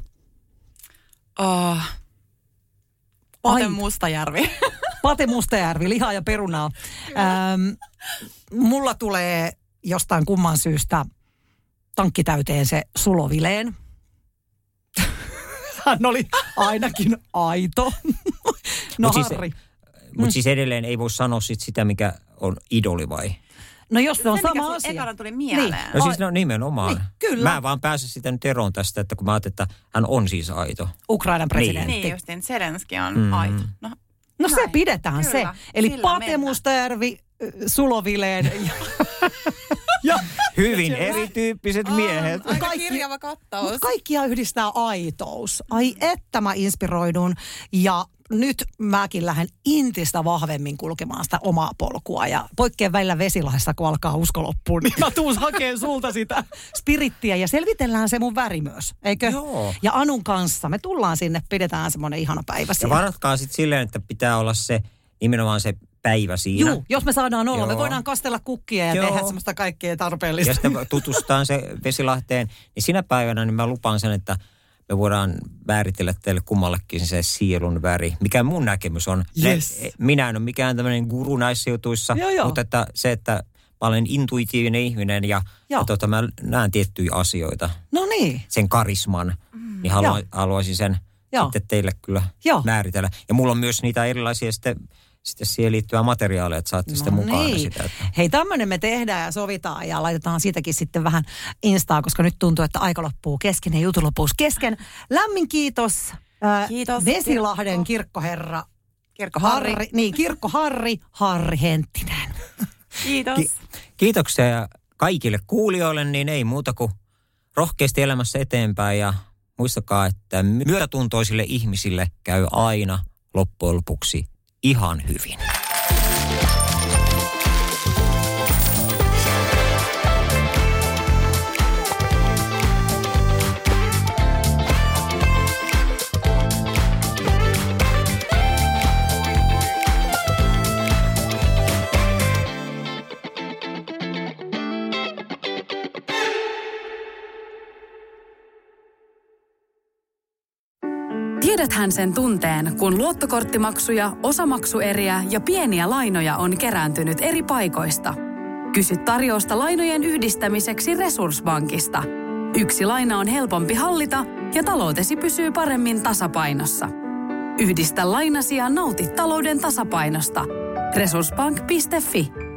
Pate Mustajärvi. Pate Mustajärvi, lihaa ja perunaa. Mulla tulee jostain kumman syystä tankki täyteen se Sulovileen. Hän oli ainakin aito. No Harri. Mutta siis edelleen ei voi sanoa sitä, mikä on idoli vai? No jos se on sama asia. Ekana tuli mieleen. Niin. No siis nimenomaan. Niin, kyllä. Mä vaan pääsen sitä nyt eroon tästä, että kun mä ajattelin, että hän on siis aito. Ukrainan presidentti. Niin justiin, Zelenski on aito. No se pidetään kyllä, se. Eli sillä Pate Mustajärvi, Sulovileen ja hyvin erityyppiset miehet. Aika kirjava kattaus. Kaikkia yhdistää aitous. Ai että mä inspiroidun ja nyt mäkin lähden intistä vahvemmin kulkemaan sitä omaa polkua ja poikkeen välillä Vesilahdessa, kun alkaa usko loppuun, niin mä tuun hakemaan sulta sitä spirittiä ja selvitellään se mun väri myös, eikö? Joo. Ja Anun kanssa me tullaan sinne, pidetään semmoinen ihana päivä siellä. Ja varatkaa sitten silleen, että pitää olla se nimenomaan se päivä siinä. Joo, jos me saadaan olla, me voidaan kastella kukkia ja tehdä semmoista kaikkea tarpeellista. Ja sitten tutustaan se Vesilahteen, niin sinä päivänä niin mä lupaan sen, että me voidaan määritellä teille kummallekin se sielun väri. Mikä mun näkemys on. Yes. Minä en ole mikään tämmöinen guru näissä jutuissa, mutta että se, että mä olen intuitiivinen ihminen ja mä näen tiettyjä asioita. No niin. Sen karisman, niin haluaisin sen sitten teille kyllä määritellä. Ja mulla on myös niitä erilaisia sitten siihen liittyvää materiaalia, että saatte sitten mukaan sitä. Että... Hei, tämmöinen me tehdään ja sovitaan ja laitetaan siitäkin sitten vähän Instaa, koska nyt tuntuu, että aika loppuu kesken ja jutu loppuu kesken. Lämmin kiitos. Kiitos. Vesilahden kirkkoherra. Kirkko Harri. Kirkko Harri Henttinen. Kiitos. Kiitoksia kaikille kuulijoille, niin ei muuta kuin rohkeasti elämässä eteenpäin ja muistakaa, että myötätuntoisille ihmisille käy aina loppujen lopuksi ihan hyvin. Tiedäthän sen tunteen, kun luottokorttimaksuja, osamaksueriä ja pieniä lainoja on kerääntynyt eri paikoista. Kysy tarjousta lainojen yhdistämiseksi Resurssbankista. Yksi laina on helpompi hallita ja taloutesi pysyy paremmin tasapainossa. Yhdistä lainasi ja nauti talouden tasapainosta. Resurssbank.fi